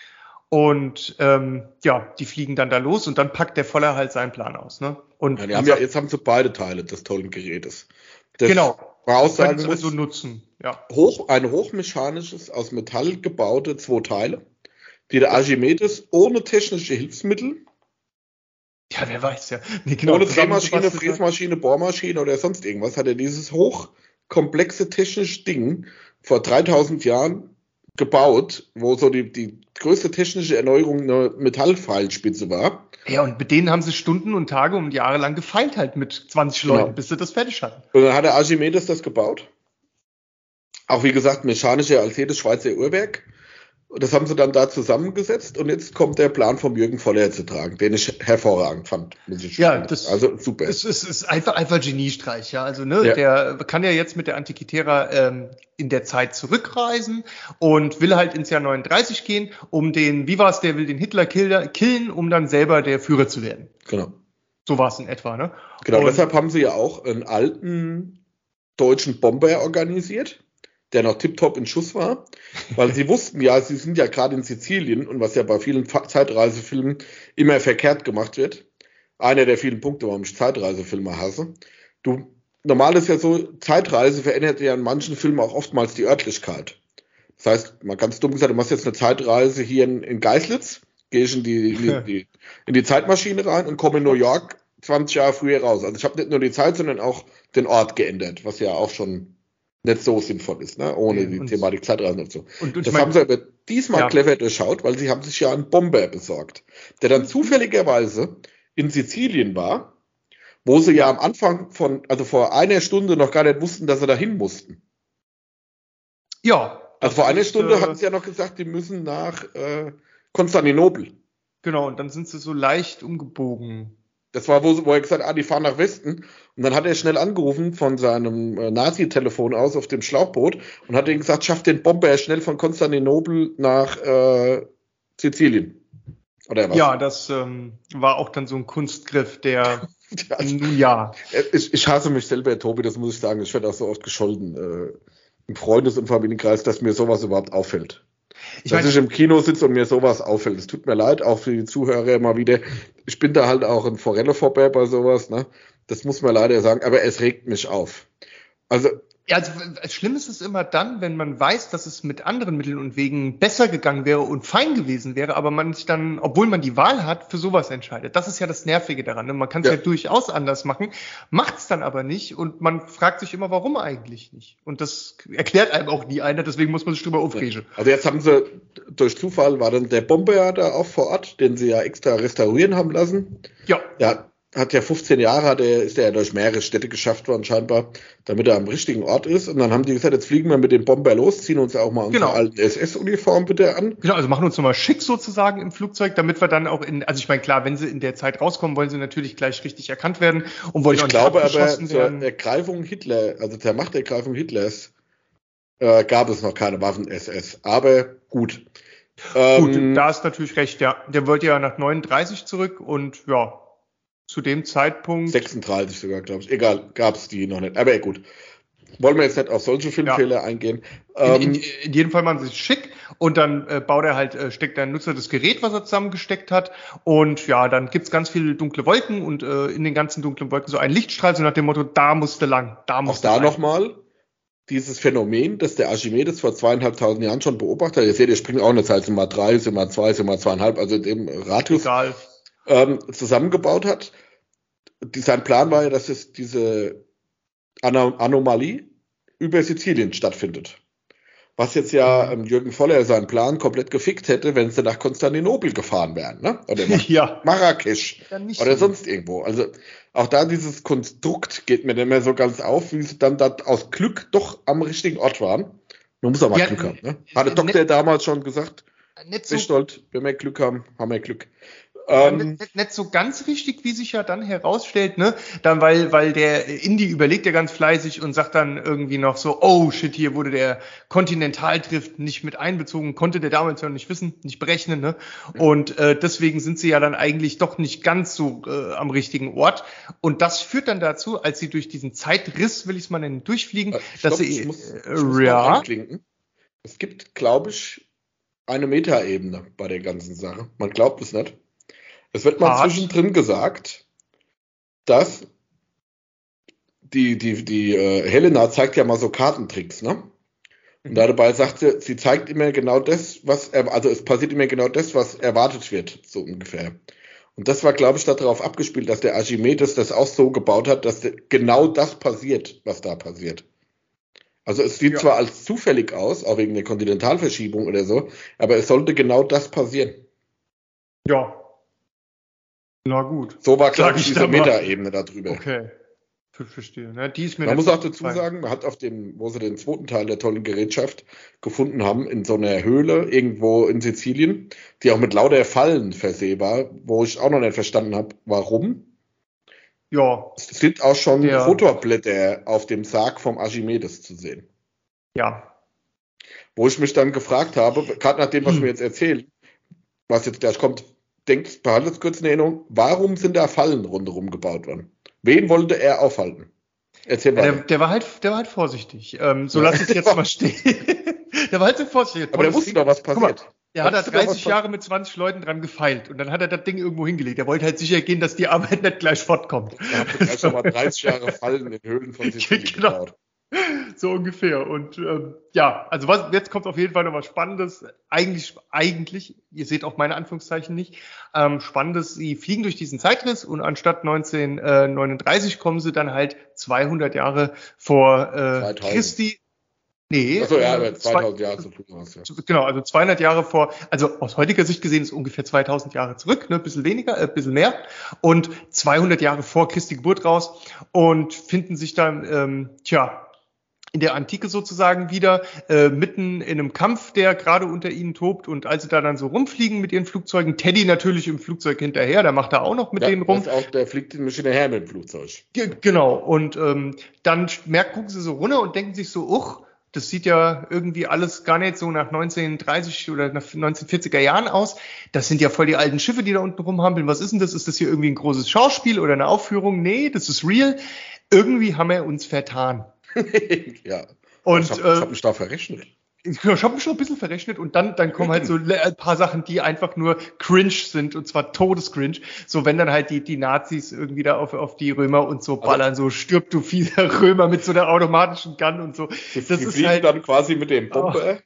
und die fliegen dann da los und dann packt der Voller halt seinen Plan aus. Ne? Und jetzt haben sie beide Teile des tollen Gerätes. Genau. Voraussagen muss also nutzen. Ja. Ein hochmechanisches, aus Metall gebaute 2 Teile, die der Archimedes ohne technische Hilfsmittel, ja, wer weiß, ja. Nee, genau, ohne Drehmaschine, Fräsmaschine, Bohrmaschine oder sonst irgendwas, hat er dieses hochkomplexe technische Ding vor 3000 Jahren gebaut, wo so die größte technische Erneuerung eine Metallpfeilspitze war. Ja, und mit denen haben sie Stunden und Tage und Jahre lang gefeilt halt mit 20 Leuten, bis sie das fertig hatten. Und dann hat der Archimedes das gebaut. Auch wie gesagt, mechanischer als jedes Schweizer Uhrwerk. Und das haben sie dann da zusammengesetzt und jetzt kommt der Plan vom Jürgen Voller zu tragen, den ich hervorragend fand, muss ich sagen. Also super. Es ist einfach Geniestreich, ja. Also, ne, der kann ja jetzt mit der Antikythera in der Zeit zurückreisen und will halt ins Jahr 39 gehen, der will den Hitler killen, um dann selber der Führer zu werden. Genau. So war es in etwa, ne? Genau, und deshalb haben sie ja auch einen alten deutschen Bomber organisiert, der noch tiptop in Schuss war, weil sie wussten ja, sie sind ja gerade in Sizilien und was ja bei vielen Zeitreisefilmen immer verkehrt gemacht wird. Einer der vielen Punkte, warum ich Zeitreisefilme hasse. Normal ist ja so, Zeitreise verändert ja in manchen Filmen auch oftmals die Örtlichkeit. Das heißt, mal ganz dumm gesagt, du machst jetzt eine Zeitreise hier in Geislitz, gehe ich in die Zeitmaschine rein und komme in New York 20 Jahre früher raus. Also ich habe nicht nur die Zeit, sondern auch den Ort geändert, was ja auch schon nicht so sinnvoll ist, ne? Ohne die Thematik Zeitreisen und so. Und das haben sie aber diesmal clever durchschaut, weil sie haben sich ja einen Bomber besorgt, der dann zufälligerweise in Sizilien war, wo sie ja am Anfang vor einer Stunde noch gar nicht wussten, dass sie dahin mussten. Ja. Also vor einer Stunde hatten sie ja noch gesagt, die müssen nach Konstantinopel. Genau, und dann sind sie so leicht umgebogen. Das war, wo er gesagt hat, die fahren nach Westen. Und dann hat er schnell angerufen von seinem Nazi-Telefon aus auf dem Schlauchboot und hat ihm gesagt, schafft den Bomber schnell von Konstantinopel nach Sizilien. Oder was? Ja, das war auch dann so ein Kunstgriff, der Ich hasse mich selber, Tobi, das muss ich sagen. Ich werde auch so oft gescholten im Freundes- und Familienkreis, dass mir sowas überhaupt auffällt. Ich im Kino sitze und mir sowas auffällt. Es tut mir leid, auch für die Zuhörer immer wieder. Ich bin da halt auch ein Forelle-Vorbei bei sowas, ne? Das muss man leider sagen, aber es regt mich auf. Also schlimm ist es immer dann, wenn man weiß, dass es mit anderen Mitteln und Wegen besser gegangen wäre und fein gewesen wäre, aber man sich dann, obwohl man die Wahl hat, für sowas entscheidet. Das ist ja das Nervige daran. Ne? Man kann es ja durchaus anders machen, macht es dann aber nicht und man fragt sich immer, warum eigentlich nicht? Und das erklärt einem auch nie einer, deswegen muss man sich drüber aufregen. Also jetzt haben sie, durch Zufall war dann der Bomber da auch vor Ort, den sie ja extra restaurieren haben lassen. Ja. Hat ja 15 Jahre, ist er ja durch mehrere Städte geschafft worden scheinbar, damit er am richtigen Ort ist. Und dann haben die gesagt, jetzt fliegen wir mit dem Bomber los, ziehen uns auch mal unsere alten SS-Uniform bitte an. Genau, also machen uns nochmal schick sozusagen im Flugzeug, damit wir dann auch also ich meine, klar, wenn sie in der Zeit rauskommen, wollen sie natürlich gleich richtig erkannt werden und wollen auch nicht abgeschossen werden. Zur Ergreifung Hitler, also zur Machtergreifung Hitlers, gab es noch keine Waffen-SS. Aber gut. Da ist natürlich recht, ja. Der wollte ja nach 39 zurück und ja, zu dem Zeitpunkt 36 sogar, glaube ich. Egal, gab es die noch nicht. Aber gut. Wollen wir jetzt nicht auf solche Filmfehler eingehen. In jedem Fall machen sie sich schick und dann steckt der Nutzer das Gerät, was er zusammengesteckt hat, und ja, dann gibt's ganz viele dunkle Wolken und in den ganzen dunklen Wolken so ein Lichtstrahl, so nach dem Motto, da musste lang, da musste Auch da nochmal dieses Phänomen, das der Archimedes vor 2500 Jahren schon beobachtet hat. Ihr seht, ihr springt auch eine Zahl, sind mal 3, sind mal 2, sind mal 2,5, also in dem Radius zusammengebaut hat. Sein Plan war ja, dass es diese Anomalie über Sizilien stattfindet. Was jetzt ja Jürgen Voller seinen Plan komplett gefickt hätte, wenn sie nach Konstantinopel gefahren wären, ne? Oder nach Marrakesch oder sonst irgendwo. Also auch da dieses Konstrukt geht mir nicht mehr so ganz auf, wie sie dann da aus Glück doch am richtigen Ort waren. Man muss auch mal Glück haben, ne? Hat der Doktor damals schon gesagt, Wischtold, wenn wir Glück haben, haben wir Glück. Nicht so ganz richtig, wie sich ja dann herausstellt, ne? Dann, weil der Indy überlegt ja ganz fleißig und sagt dann irgendwie noch so, oh shit, hier wurde der Kontinentaldrift nicht mit einbezogen, konnte der damals ja nicht wissen, nicht berechnen, ne? Und deswegen sind sie ja dann eigentlich doch nicht ganz so am richtigen Ort. Und das führt dann dazu, als sie durch diesen Zeitriss, will ich es mal nennen, durchfliegen, dass sie ich muss mal einklinken. Es gibt, glaube ich, eine Metaebene bei der ganzen Sache. Man glaubt es nicht. Es wird mal zwischendrin gesagt, dass die Helena zeigt ja mal so Kartentricks, ne? Und dabei sagte, sie zeigt immer genau das, es passiert immer genau das, was erwartet wird, so ungefähr. Und das war, glaube ich, darauf abgespielt, dass der Archimedes das auch so gebaut hat, dass genau das passiert, was da passiert. Also es sieht zwar als zufällig aus, auch wegen der Kontinentalverschiebung oder so, aber es sollte genau das passieren. Ja. Na gut. So war, glaube ich, diese Metaebene da drüber. Okay. Verstehe. Ne? Die ist mir man muss auch dazu sagen, man hat wo sie den zweiten Teil der tollen Gerätschaft gefunden haben, in so einer Höhle irgendwo in Sizilien, die auch mit lauter Fallen versehen war, wo ich auch noch nicht verstanden habe, warum. Ja. Es sind auch schon Rotorblätter auf dem Sarg vom Archimedes zu sehen. Ja. Wo ich mich dann gefragt habe, gerade nach dem, was wir jetzt erzählen, was jetzt gleich kommt, behaltet es kurz in Erinnerung, warum sind da Fallen rundherum gebaut worden? Wen wollte er aufhalten? Erzähl mal. Der war halt vorsichtig. So lass ich es jetzt mal stehen. Der war halt so vorsichtig. Aber der wusste doch, was passiert. Der hat da 30 Jahre mit 20 Leuten dran gefeilt und dann hat er das Ding irgendwo hingelegt. Er wollte halt sicher gehen, dass die Arbeit nicht gleich fortkommt. Er hat gleich schon mal 30 Jahre Fallen in Höhlen von Sizilien gebaut. So ungefähr. Und also jetzt kommt auf jeden Fall noch was Spannendes. Eigentlich, ihr seht auch meine Anführungszeichen nicht, Spannendes, sie fliegen durch diesen Zeitriss und anstatt 1939 kommen sie dann halt 200 Jahre vor Christi. Nee. Achso, ja, aber 2000 Jahre zu früh aus, ja. Genau, also 200 Jahre also aus heutiger Sicht gesehen ist ungefähr 2000 Jahre zurück, ne, ein bisschen weniger, ein bisschen mehr, und 200 Jahre vor Christi Geburt raus und finden sich dann, in der Antike sozusagen wieder, mitten in einem Kampf, der gerade unter ihnen tobt, und als sie da dann so rumfliegen mit ihren Flugzeugen, Teddy natürlich im Flugzeug hinterher, der macht da auch noch mit denen rum. Der fliegt nämlich hinterher mit dem Flugzeug. Genau, und dann gucken sie so runter und denken sich so, das sieht ja irgendwie alles gar nicht so nach 1930 oder nach 1940er Jahren aus. Das sind ja voll die alten Schiffe, die da unten rumhampeln. Was ist denn das? Ist das hier irgendwie ein großes Schauspiel oder eine Aufführung? Nee, das ist real. Irgendwie haben wir uns vertan. Ja. Und ich hab mich da verrechnet. Ich habe mich schon ein bisschen verrechnet, und dann kommen halt so ein paar Sachen, die einfach nur cringe sind, und zwar todescringe. So, wenn dann halt die Nazis irgendwie da auf die Römer und so ballern, so stirb du fieser Römer mit so einer automatischen Gun und so. Die fliegen halt dann quasi mit dem Bomber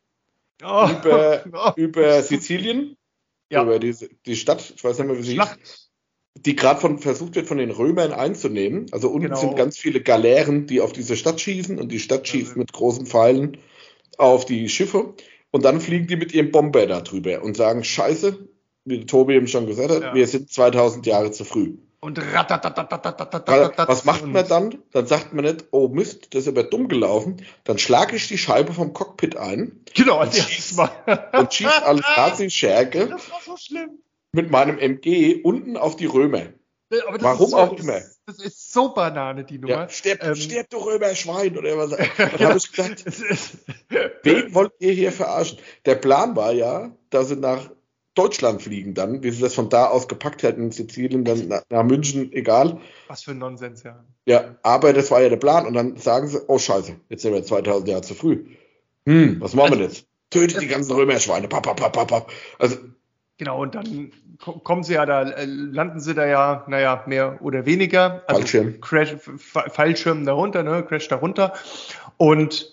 über Sizilien, über die Stadt, ich weiß nicht mehr, wie sie hieß, die gerade versucht wird, von den Römern einzunehmen. Also unten sind ganz viele Galeeren, die auf diese Stadt schießen, und die Stadt schießt mit großen Pfeilen auf die Schiffe, und dann fliegen die mit ihrem Bomber da drüber und sagen, scheiße, wie Tobi eben schon gesagt hat, wir sind 2000 Jahre zu früh. Und was macht man dann? Dann sagt man nicht, oh Mist, das ist aber dumm gelaufen. Dann schlage ich die Scheibe vom Cockpit ein. Genau, als erstes Mal. Und schieße als Nazi-Scherge. Das war so schlimm. Mit meinem MG unten auf die Römer. Aber warum auch immer. Das ist so Banane, die Nummer. Ja, stirb du Römerschwein, oder was. Dann habe ich gedacht, wen wollt ihr hier verarschen? Der Plan war ja, dass sie nach Deutschland fliegen dann, wie sie das von da aus gepackt hätten, in Sizilien, dann nach München, egal. Was für ein Nonsens, ja. Ja, aber das war ja der Plan, und dann sagen sie, oh scheiße, jetzt sind wir 2000 Jahre zu früh. Was machen wir jetzt? tötet die ganzen Römerschweine. Also, genau, und dann kommen sie ja da, landen sie da ja, naja, mehr oder weniger. Also Fallschirm darunter, ne, Crash darunter. Und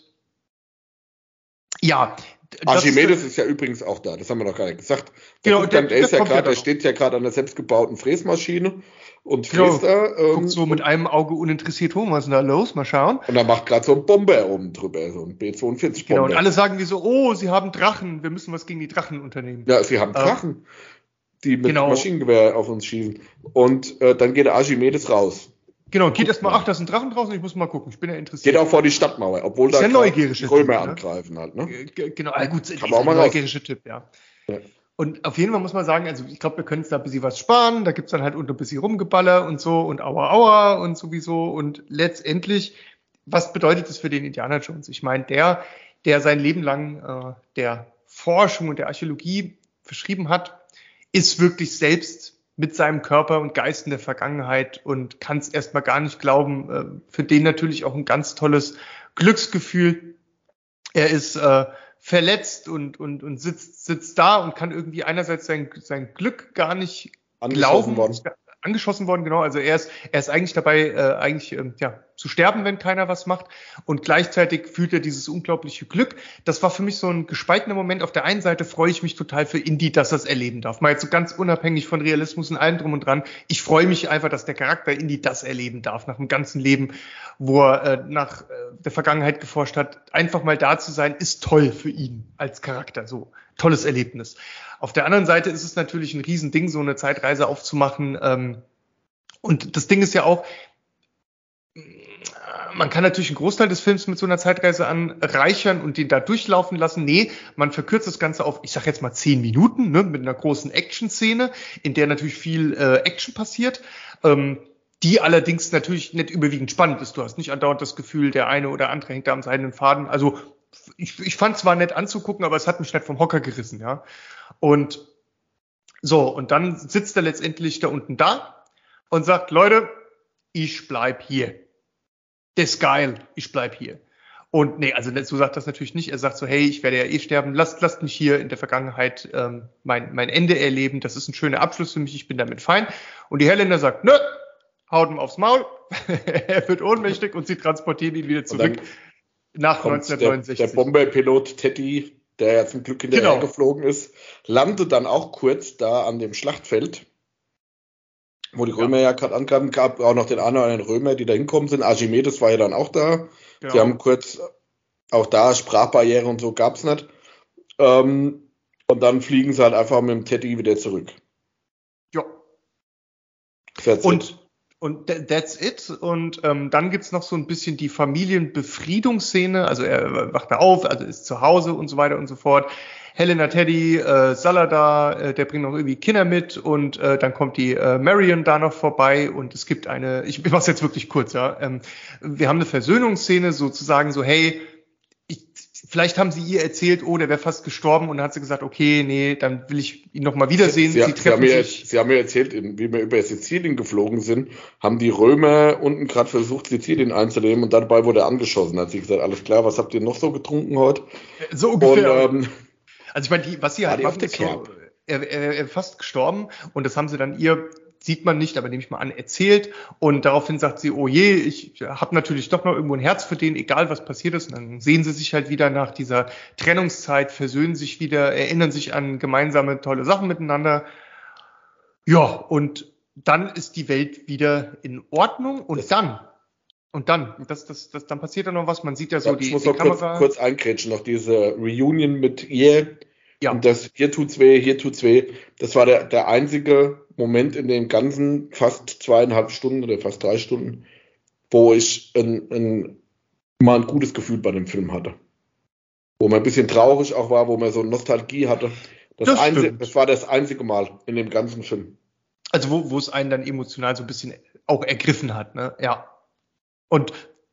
ja. Archimedes ist ja übrigens auch da, das haben wir noch gar nicht gesagt. Der steht ja gerade an der selbstgebauten Fräsmaschine und fräst da. Guckt so mit einem Auge uninteressiert rum, was ist denn da los? Mal schauen. Und da macht gerade so ein Bomber oben drüber, so ein B-42-Bomber. Genau, und alle sagen wie so, oh, sie haben Drachen, wir müssen was gegen die Drachen unternehmen. Ja, sie haben Drachen, die mit Maschinengewehr auf uns schießen. Und dann geht der Archimedes raus. Genau, geht erstmal, ach, da ist ein Drachen draußen, ich muss mal gucken, ich bin ja interessiert. Geht auch vor die Stadtmauer, obwohl da die Römer angreifen halt, ne? Genau, gut, kann man auch mal neugierische Tipp, ja. Und auf jeden Fall muss man sagen, also ich glaube, wir können uns da ein bisschen was sparen, da gibt's dann halt unter ein bisschen Rumgeballer und so und Aua und sowieso und letztendlich, was bedeutet das für den Indiana Jones? Ich meine, der sein Leben lang der Forschung und der Archäologie verschrieben hat, ist wirklich selbst mit seinem Körper und Geist in der Vergangenheit und kann es erstmal gar nicht glauben. Für den natürlich auch ein ganz tolles Glücksgefühl. Er ist verletzt und sitzt da und kann irgendwie einerseits sein Glück gar nicht glauben. Angeschossen worden, genau. Also er ist eigentlich dabei, zu sterben, wenn keiner was macht. Und gleichzeitig fühlt er dieses unglaubliche Glück. Das war für mich so ein gespaltener Moment. Auf der einen Seite freue ich mich total für Indy, dass er es erleben darf. Mal jetzt so ganz unabhängig von Realismus und allem drum und dran. Ich freue mich einfach, dass der Charakter Indy das erleben darf, nach dem ganzen Leben, wo er nach der Vergangenheit geforscht hat. Einfach mal da zu sein, ist toll für ihn als Charakter. So, tolles Erlebnis. Auf der anderen Seite ist es natürlich ein Riesending, so eine Zeitreise aufzumachen. Und das Ding ist ja auch, man kann natürlich einen Großteil des Films mit so einer Zeitreise anreichern und den da durchlaufen lassen. Nee, man verkürzt das Ganze auf, ich sag jetzt mal 10 Minuten, ne, mit einer großen Action-Szene, in der natürlich viel Action passiert, die allerdings natürlich nicht überwiegend spannend ist. Du hast nicht andauernd das Gefühl, der eine oder andere hängt da am seidenen Faden. Also ich fand es zwar nett anzugucken, aber es hat mich nicht vom Hocker gerissen, ja. Und dann sitzt er letztendlich da unten da und sagt, Leute, ich bleib hier. Das ist geil, ich bleib hier. Und nee, also so sagt das natürlich nicht. Er sagt so, hey, ich werde ja eh sterben, lasst mich hier in der Vergangenheit mein Ende erleben. Das ist ein schöner Abschluss für mich, ich bin damit fein. Und die Helena sagt, nö, haut ihm aufs Maul, er wird ohnmächtig und sie transportieren ihn wieder zurück nach 1969. Der Bomberpilot Teddy, der ja zum Glück hinterher geflogen ist, landet dann auch kurz da an dem Schlachtfeld, wo die Römer ja gerade ankamen. Gab auch noch den einen oder anderen Römer, die da hinkommen sind. Archimedes war ja dann auch da. Genau. Sie haben kurz, auch da Sprachbarriere und so gab's nicht. Und dann fliegen sie halt einfach mit dem Teddy wieder zurück. Ja. Und that's it. Und dann gibt's noch so ein bisschen die Familienbefriedungsszene. Also er wacht da auf, also ist zu Hause und so weiter und so fort. Helena, Teddy, Salada, der bringt noch irgendwie Kinder mit und dann kommt die Marion da noch vorbei und es gibt ich mach's jetzt wirklich kurz, ja. Wir haben eine Versöhnungsszene sozusagen so, hey, vielleicht haben sie ihr erzählt, oh, der wäre fast gestorben und dann hat sie gesagt, okay, nee, dann will ich ihn noch mal wiedersehen. Sie haben mir erzählt, wie wir über Sizilien geflogen sind, haben die Römer unten gerade versucht, Sizilien einzunehmen und dabei wurde er angeschossen. Hat sie gesagt, alles klar, was habt ihr noch so getrunken heute? So ungefähr. Und, also ich meine, was sie halt macht, ist so, er fast gestorben und das haben sie dann sieht man nicht, aber nehme ich mal an, erzählt und daraufhin sagt sie, oh je, ich habe natürlich doch noch irgendwo ein Herz für den, egal was passiert ist und dann sehen sie sich halt wieder nach dieser Trennungszeit, versöhnen sich wieder, erinnern sich an gemeinsame tolle Sachen miteinander. Ja, und dann ist die Welt wieder in Ordnung und dann passiert da noch was, man sieht ja so die Kamera. Kurz eingrätschen, noch diese Reunion mit ihr. Ja. Und das hier tut's weh. Das war der einzige Moment in den ganzen fast 2,5 Stunden oder fast 3 Stunden, wo ich mal ein gutes Gefühl bei dem Film hatte. Wo man ein bisschen traurig auch war, wo man so Nostalgie hatte. Das war das einzige Mal in dem ganzen Film. Also wo es einen dann emotional so ein bisschen auch ergriffen hat, ne? Ja. Und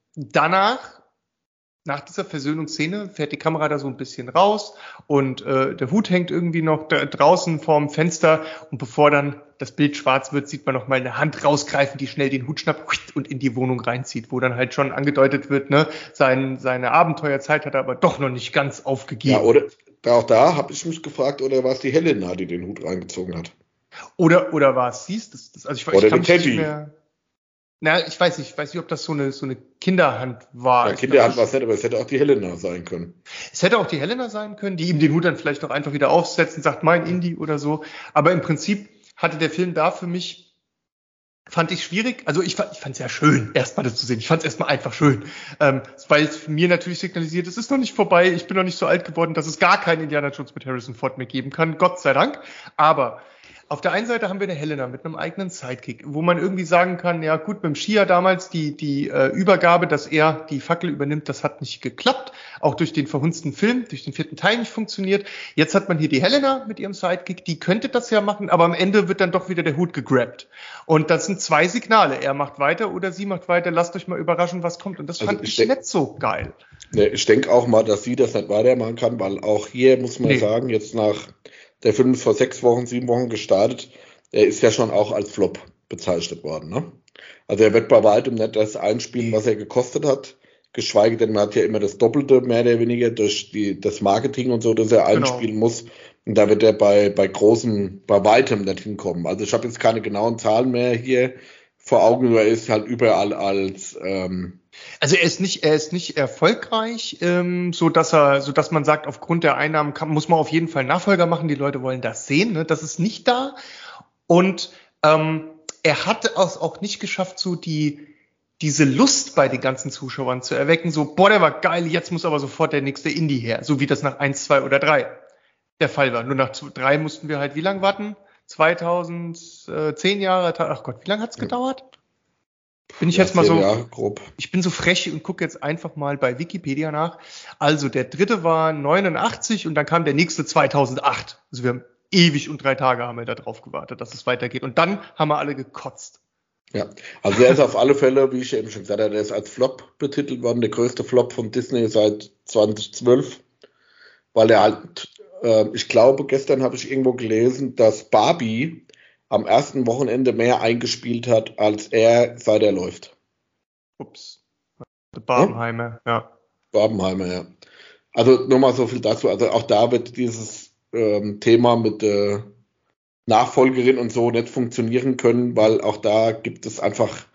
nach dieser Versöhnungsszene fährt die Kamera da so ein bisschen raus und der Hut hängt irgendwie noch draußen vorm Fenster und bevor dann das Bild schwarz wird, sieht man noch mal eine Hand rausgreifen, die schnell den Hut schnappt und in die Wohnung reinzieht, wo dann halt schon angedeutet wird, ne, seine Abenteuerzeit hat er aber doch noch nicht ganz aufgegeben. Ja, Auch da habe ich mich gefragt, oder war es die Helena, die den Hut reingezogen hat? Oder war es sie? Also ich Oder kann die mich nicht Teddy. mehr. Na, ich weiß nicht, ob das so eine Kinderhand war. Ja, Kinderhand war es nicht, aber es hätte auch die Helena sein können. Es hätte auch die Helena sein können, die ihm den Hut dann vielleicht noch einfach wieder aufsetzt und sagt, mein Indie oder so. Aber im Prinzip hatte der Film da für mich, fand ich schwierig. Also ich fand es ja schön, erstmal das zu sehen. Ich fand es erstmal einfach schön. Weil es mir natürlich signalisiert, es ist noch nicht vorbei, ich bin noch nicht so alt geworden, dass es gar keinen Indiana Jones mit Harrison Ford mehr geben kann. Gott sei Dank. Aber auf der einen Seite haben wir eine Helena mit einem eigenen Sidekick, wo man irgendwie sagen kann, ja gut, beim Shia damals die Übergabe, dass er die Fackel übernimmt, das hat nicht geklappt. Auch durch den verhunzten Film, durch den 4. Teil nicht funktioniert. Jetzt hat man hier die Helena mit ihrem Sidekick, die könnte das ja machen, aber am Ende wird dann doch wieder der Hut gegrabt. Und das sind 2 Signale. Er macht weiter oder sie macht weiter. Lasst euch mal überraschen, was kommt. Und das fand ich nicht so geil. Ne, ich denke auch mal, dass sie das nicht weitermachen kann, weil auch hier muss man sagen, jetzt nach der Film ist vor 6 Wochen, 7 Wochen gestartet, er ist ja schon auch als Flop bezeichnet worden. Ne? Also er wird bei weitem nicht das einspielen, was er gekostet hat, geschweige denn, man hat ja immer das Doppelte, mehr oder weniger, durch das Marketing und so, das er einspielen muss. Und da wird er bei weitem nicht hinkommen. Also ich habe jetzt keine genauen Zahlen mehr hier vor Augen, nur er ist halt überall als also er ist nicht erfolgreich, so dass man sagt, aufgrund der Einnahmen muss man auf jeden Fall Nachfolger machen. Die Leute wollen das sehen, ne? Das ist nicht da. Und er hat es auch nicht geschafft, so diese Lust bei den ganzen Zuschauern zu erwecken. So, boah, der war geil, jetzt muss aber sofort der nächste Indie her. So wie das nach 1, 2 oder 3 der Fall war. Nur nach 3 mussten wir halt wie lange warten? 2010 Jahre. Ach Gott, wie lange hat's gedauert? Bin ich jetzt mal so, grob. Ich bin so frech und gucke jetzt einfach mal bei Wikipedia nach. Also der 3. war 89 und dann kam der nächste 2008. Also wir haben ewig und 3 Tage haben wir da drauf gewartet, dass es weitergeht. Und dann haben wir alle gekotzt. Ja, also er ist auf alle Fälle, wie ich eben schon gesagt habe, der ist als Flop betitelt worden, der größte Flop von Disney seit 2012, weil er halt, ich glaube, gestern habe ich irgendwo gelesen, dass Barbie am ersten Wochenende mehr eingespielt hat, als er, seit er läuft. Ups. Barbenheimer, ja. Barbenheimer, ja. Also nur mal so viel dazu. Also auch da wird dieses Thema mit Nachfolgerin und so nicht funktionieren können, weil auch da gibt es einfach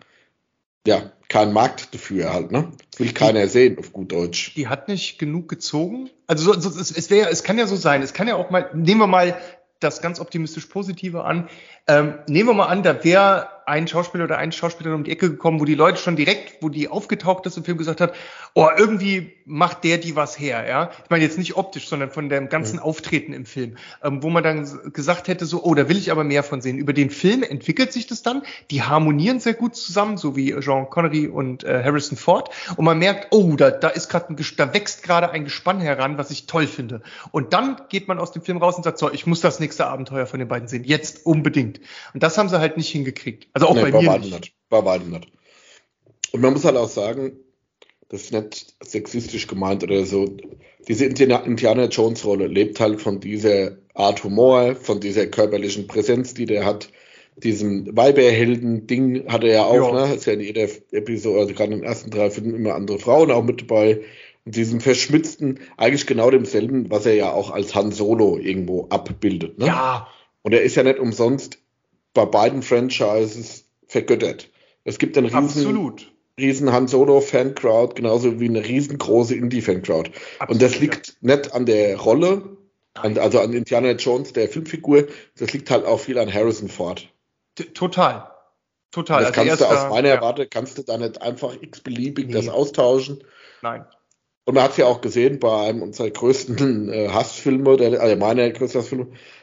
ja keinen Markt dafür halt, ne? Will keiner sehen, auf gut Deutsch. Die hat nicht genug gezogen. Also es kann ja so sein. Es kann ja auch mal, nehmen wir mal das ganz optimistisch Positive an. Nehmen wir mal an, da wäre ein Schauspieler oder eine Schauspielerin um die Ecke gekommen, wo die Leute schon direkt, wo die aufgetaucht ist im Film, gesagt hat, oh, irgendwie macht die was her, ja. Ich meine jetzt nicht optisch, sondern von dem ganzen Auftreten im Film, wo man dann gesagt hätte, so, oh, da will ich aber mehr von sehen. Über den Film entwickelt sich das dann, die harmonieren sehr gut zusammen, so wie Sean Connery und Harrison Ford, und man merkt, oh, da wächst gerade ein Gespann heran, was ich toll finde. Und dann geht man aus dem Film raus und sagt, so, ich muss das nächste Abenteuer von den beiden sehen, jetzt unbedingt. Und das haben sie halt nicht hingekriegt. Also auch bei mir nicht. Bei weitem nicht. Und man muss halt auch sagen, das ist nicht sexistisch gemeint oder so. Diese Indiana Jones Rolle lebt halt von dieser Art Humor, von dieser körperlichen Präsenz, die der hat. Diesem Weiberhelden-Ding hat er ja auch, ne? Ist ja in jeder Episode, also gerade in den ersten 3 Filmen immer andere Frauen auch mit dabei. Und diesem verschmitzten, eigentlich genau demselben, was er ja auch als Han Solo irgendwo abbildet, ne? Ja. Und er ist ja nicht umsonst bei beiden Franchises vergöttert. Es gibt einen riesen Han Solo-Fan-Crowd, genauso wie eine riesengroße Indie-Fan-Crowd. Und das liegt nicht an der Rolle, also an Indiana Jones, der Filmfigur, das liegt halt auch viel an Harrison Ford. Total. Das also kannst du aus meiner Warte, kannst du da nicht einfach x-beliebig das austauschen. Nein. Und man hat es ja auch gesehen bei einem unserer größten Hassfilme, also meiner größten Hassfilme,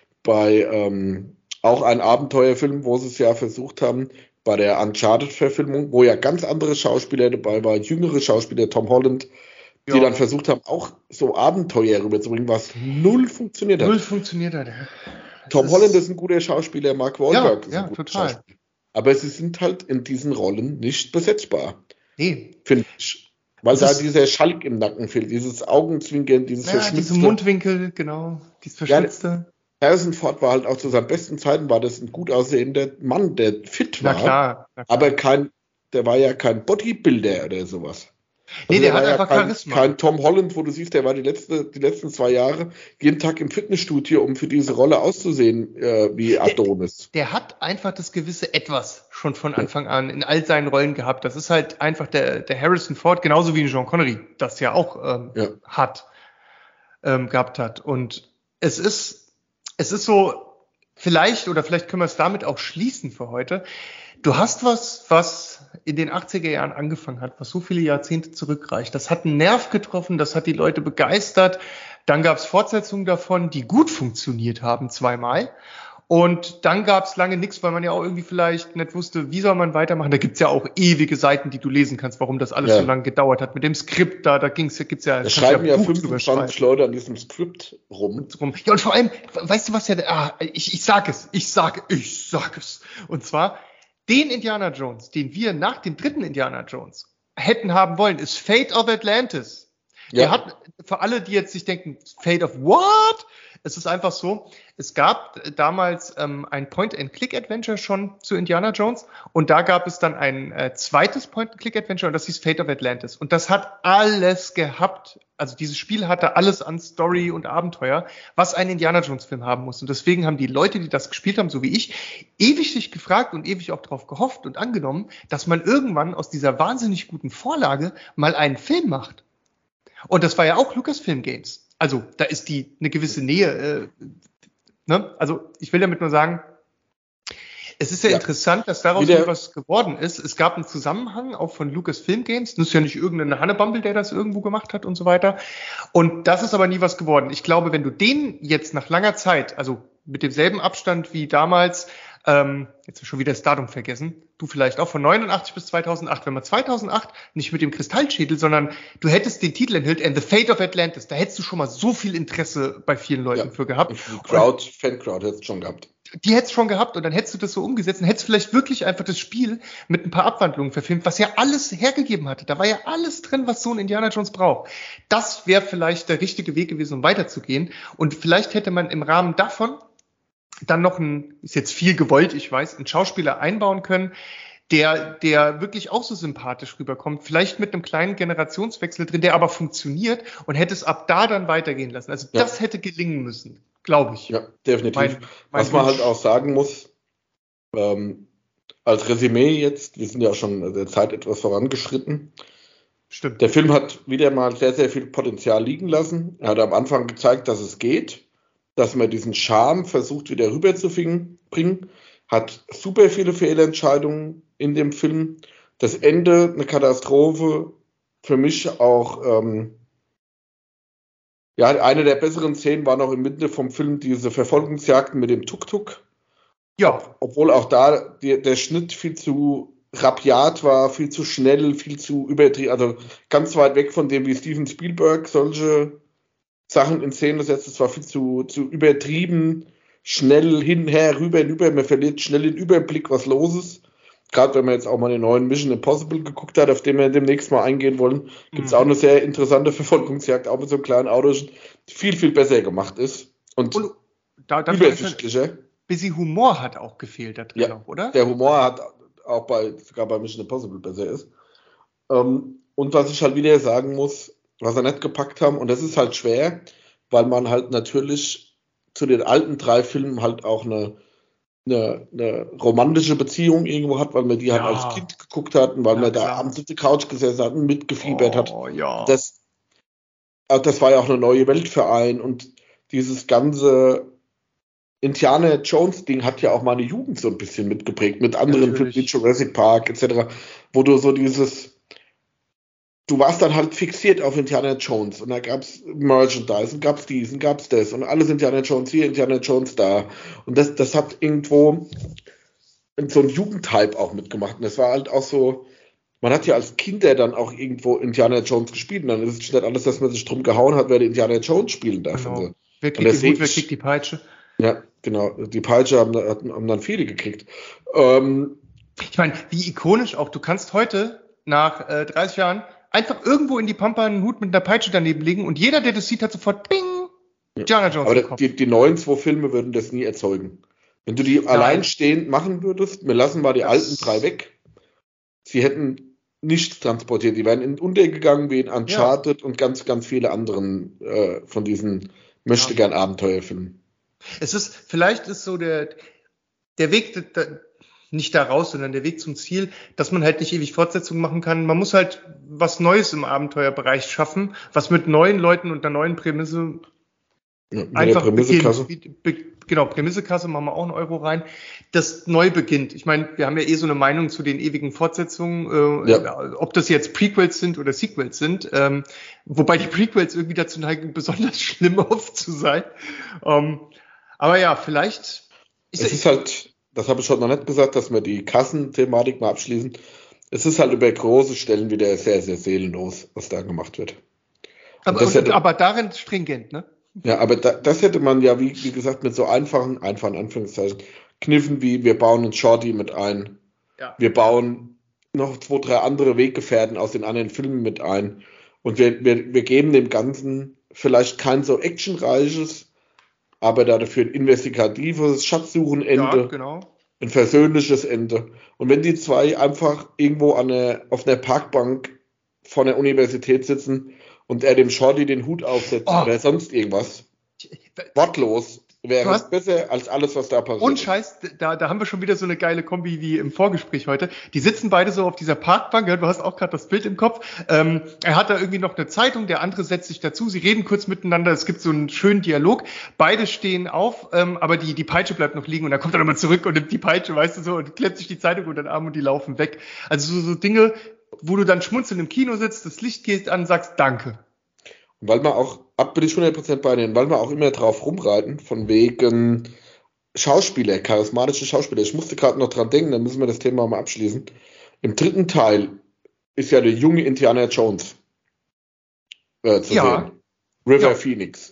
bei auch ein Abenteuerfilm, wo sie es ja versucht haben, bei der Uncharted-Verfilmung, wo ja ganz andere Schauspieler dabei waren, jüngere Schauspieler, Tom Holland, die dann versucht haben, auch so Abenteuer rüberzubringen, was null funktioniert hat. Null funktioniert hat. Tom Holland ist ein guter Schauspieler, Mark Wahlberg ist ein guter total. Schauspieler. Aber sie sind halt in diesen Rollen nicht besetzbar. Nee. Finde ich. Weil da dieser Schalk im Nacken fehlt, dieses Augenzwinkern, dieses Verschmitzte. Diese Mundwinkel, genau, dieses Verschmitzte. Ja, Harrison Ford war halt auch zu seinen besten Zeiten, war das ein gut aussehender Mann, der fit war. Na klar. Aber der war ja kein Bodybuilder oder sowas. Nee, Also der war hat ja einfach Charisma. kein Tom Holland, wo du siehst, der war die letzten 2 Jahre jeden Tag im Fitnessstudio, um für diese Rolle auszusehen wie Adonis. Der hat einfach das gewisse Etwas schon von Anfang an in all seinen Rollen gehabt. Das ist halt einfach der Harrison Ford, genauso wie Sean Connery das ja auch gehabt hat. Und es ist so, vielleicht können wir es damit auch schließen für heute. Du hast was in den 80er Jahren angefangen hat, was so viele Jahrzehnte zurückreicht. Das hat einen Nerv getroffen, das hat die Leute begeistert. Dann gab es Fortsetzungen davon, die gut funktioniert haben, zweimal. Und dann gab es lange nichts, weil man ja auch irgendwie vielleicht nicht wusste, wie soll man weitermachen. Da gibt's ja auch ewige Seiten, die du lesen kannst, warum das alles so lange gedauert hat. Mit dem Skript gibt's ja... Da schreiben ja 25 Leute an diesem Skript rum. Ja, und vor allem, weißt du was ich sag es. Und zwar, den Indiana Jones, den wir nach dem 3. Indiana Jones hätten haben wollen, ist Fate of Atlantis. Ja. Der hat, für alle, die jetzt sich denken, Fate of what? Es ist einfach so, es gab damals ein Point-and-Click-Adventure schon zu Indiana Jones und da gab es dann ein zweites Point-and-Click-Adventure und das hieß Fate of Atlantis. Und das hat alles gehabt, also dieses Spiel hatte alles an Story und Abenteuer, was ein Indiana Jones-Film haben muss. Und deswegen haben die Leute, die das gespielt haben, so wie ich, ewig sich gefragt und ewig auch darauf gehofft und angenommen, dass man irgendwann aus dieser wahnsinnig guten Vorlage mal einen Film macht. Und das war ja auch Lucasfilm Games. Also da ist eine gewisse Nähe. Also ich will damit nur sagen, es ist ja interessant, dass daraus was geworden ist. Es gab einen Zusammenhang auch von Lucasfilm Games. Das ist ja nicht irgendein Hannebumble, der das irgendwo gemacht hat und so weiter. Und das ist aber nie was geworden. Ich glaube, wenn du den jetzt nach langer Zeit, also mit demselben Abstand wie damals, jetzt schon wieder das Datum vergessen, du vielleicht auch, von 89 bis 2008, wenn man 2008 nicht mit dem Kristallschädel, sondern du hättest den Titel enthüllt, And the Fate of Atlantis, da hättest du schon mal so viel Interesse bei vielen Leuten für gehabt. Fan-Crowd hättest du schon gehabt. Die hättest du schon gehabt und dann hättest du das so umgesetzt und hättest vielleicht wirklich einfach das Spiel mit ein paar Abwandlungen verfilmt, was ja alles hergegeben hatte. Da war ja alles drin, was so ein Indiana Jones braucht. Das wäre vielleicht der richtige Weg gewesen, um weiterzugehen. Und vielleicht hätte man im Rahmen davon dann noch ist jetzt viel gewollt, ich weiß, einen Schauspieler einbauen können, der wirklich auch so sympathisch rüberkommt, vielleicht mit einem kleinen Generationswechsel drin, der aber funktioniert und hätte es ab da dann weitergehen lassen. Also das hätte gelingen müssen, glaube ich. Ja, definitiv. Was man halt auch sagen muss, als Resümee jetzt, wir sind ja auch schon der Zeit etwas vorangeschritten. Stimmt. Der Film hat wieder mal sehr, sehr viel Potenzial liegen lassen. Er hat am Anfang gezeigt, dass es geht, dass man diesen Charme versucht wieder rüberzubringen, hat super viele Fehlentscheidungen in dem Film. Das Ende, eine Katastrophe, für mich auch, eine der besseren Szenen war noch im Mitte vom Film diese Verfolgungsjagden mit dem Tuk-Tuk. Ja. Obwohl auch da der Schnitt viel zu rabiat war, viel zu schnell, viel zu übertrieben, also ganz weit weg von dem, wie Steven Spielberg solche Sachen in Szene setzt. Es war viel zu übertrieben, schnell hin, her, rüber, man verliert schnell den Überblick, was los ist. Gerade wenn man jetzt auch mal den neuen Mission Impossible geguckt hat, auf den wir demnächst mal eingehen wollen, gibt es auch eine sehr interessante Verfolgungsjagd, auch mit so einem kleinen Auto, die viel, viel besser gemacht ist und übersichtlicher. Bisschen Humor hat auch gefehlt da drin, auch, oder? Der Humor hat auch sogar bei Mission Impossible besser ist. Und was ich halt wieder sagen muss, was wir nicht gepackt haben, und das ist halt schwer, weil man halt natürlich zu den alten 3 Filmen halt auch eine romantische Beziehung irgendwo hat, weil man die halt als Kind geguckt hat und weil man da abends auf der Couch gesessen hat und mitgefiebert hat. Ja. Das war ja auch eine neue Welt für einen und dieses ganze Indiana Jones Ding hat ja auch meine Jugend so ein bisschen mitgeprägt, mit anderen Filmen wie Jurassic Park etc., wo du so du warst dann halt fixiert auf Indiana Jones und da gab's Merchandise und gab's dies und gab's das und alles Indiana Jones hier, Indiana Jones da und das hat irgendwo so ein Jugendhype auch mitgemacht und das war halt auch so, man hat ja als Kinder dann auch irgendwo Indiana Jones gespielt und dann ist es nicht alles, dass man sich drum gehauen hat, wer die Indiana Jones spielen darf. Genau. Also. Wer kriegt die Wut, wer kriegt die Peitsche? Ja, genau, die Peitsche haben dann viele gekriegt. Ich meine, wie ikonisch auch, du kannst heute nach 30 Jahren einfach irgendwo in die Pampa einen Hut mit einer Peitsche daneben legen und jeder, der das sieht, hat sofort Bing, Indiana Jones im Kopf. Die neuen 2 Filme würden das nie erzeugen. Wenn du die alleinstehend machen würdest, wir lassen mal die alten 3 weg. Sie hätten nichts transportiert. Die werden untergegangen wie in Uncharted und ganz, ganz viele anderen von diesen Möchtegern-Abenteuerfilmen. Vielleicht ist so der Weg nicht da raus, sondern der Weg zum Ziel, dass man halt nicht ewig Fortsetzungen machen kann. Man muss halt was Neues im Abenteuerbereich schaffen, was mit neuen Leuten und einer neuen Prämisse einfach beginnt. Genau, Prämissekasse, machen wir auch einen Euro rein, das neu beginnt. Ich meine, wir haben ja so eine Meinung zu den ewigen Fortsetzungen, ob das jetzt Prequels sind oder Sequels sind, wobei die Prequels irgendwie dazu neigen, besonders schlimm oft zu sein. Aber ja, vielleicht... Es ist halt, das habe ich schon noch nicht gesagt, dass wir die Kassenthematik mal abschließen. Es ist halt über große Stellen wieder sehr, sehr seelenlos, was da gemacht wird. Aber darin stringent, ne? Ja, aber das hätte man ja, wie gesagt, mit so einfachen Anführungszeichen, Kniffen wie, wir bauen einen Shorty mit ein, wir bauen noch 2, 3 andere Weggefährten aus den anderen Filmen mit ein und wir geben dem Ganzen vielleicht kein so actionreiches, aber dafür ein investigatives Schatzsuchenende, ein versöhnliches Ende. Und wenn die zwei einfach irgendwo auf einer Parkbank vor der Universität sitzen und er dem Shorty den Hut aufsetzt oder sonst irgendwas, wortlos, wäre es besser als alles, was da passiert. Und Scheiß, da haben wir schon wieder so eine geile Kombi wie im Vorgespräch heute. Die sitzen beide so auf dieser Parkbank, du hast auch gerade das Bild im Kopf. Er hat da irgendwie noch eine Zeitung, der andere setzt sich dazu, sie reden kurz miteinander, es gibt so einen schönen Dialog. Beide stehen auf, aber die Peitsche bleibt noch liegen und dann kommt er nochmal zurück und nimmt die Peitsche, weißt du so, und klemmt sich die Zeitung unter den Arm und die laufen weg. Also so Dinge, wo du dann schmunzelnd im Kino sitzt, das Licht geht an, sagst Danke. Und weil wir auch, bin ich 100% bei denen, weil wir auch immer drauf rumreiten, von wegen Schauspieler, charismatische Schauspieler. Ich musste gerade noch dran denken, dann müssen wir das Thema mal abschließen. Im 3. Teil ist ja der junge Indiana Jones zu sehen. River Phoenix.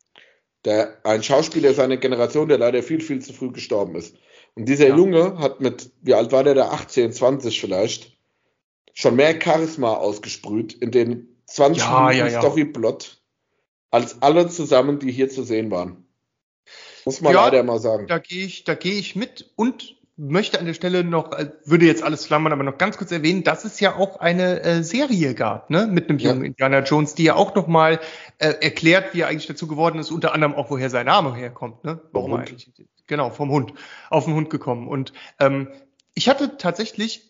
Ein Schauspieler seiner Generation, der leider viel, viel zu früh gestorben ist. Und dieser Junge hat wie alt war der, 18, 20 vielleicht, schon mehr Charisma ausgesprüht in den 20 Minuten Storyplot als alle zusammen, die hier zu sehen waren. Muss man leider mal sagen. Da gehe ich mit und möchte an der Stelle noch, würde jetzt alles flammern, aber noch ganz kurz erwähnen, dass es ja auch eine Serie gab, ne, mit einem jungen Indiana Jones, die ja auch nochmal erklärt, wie er eigentlich dazu geworden ist, unter anderem auch, woher sein Name herkommt, ne? Warum er eigentlich, genau, vom Hund, auf den Hund gekommen. Und ich hatte tatsächlich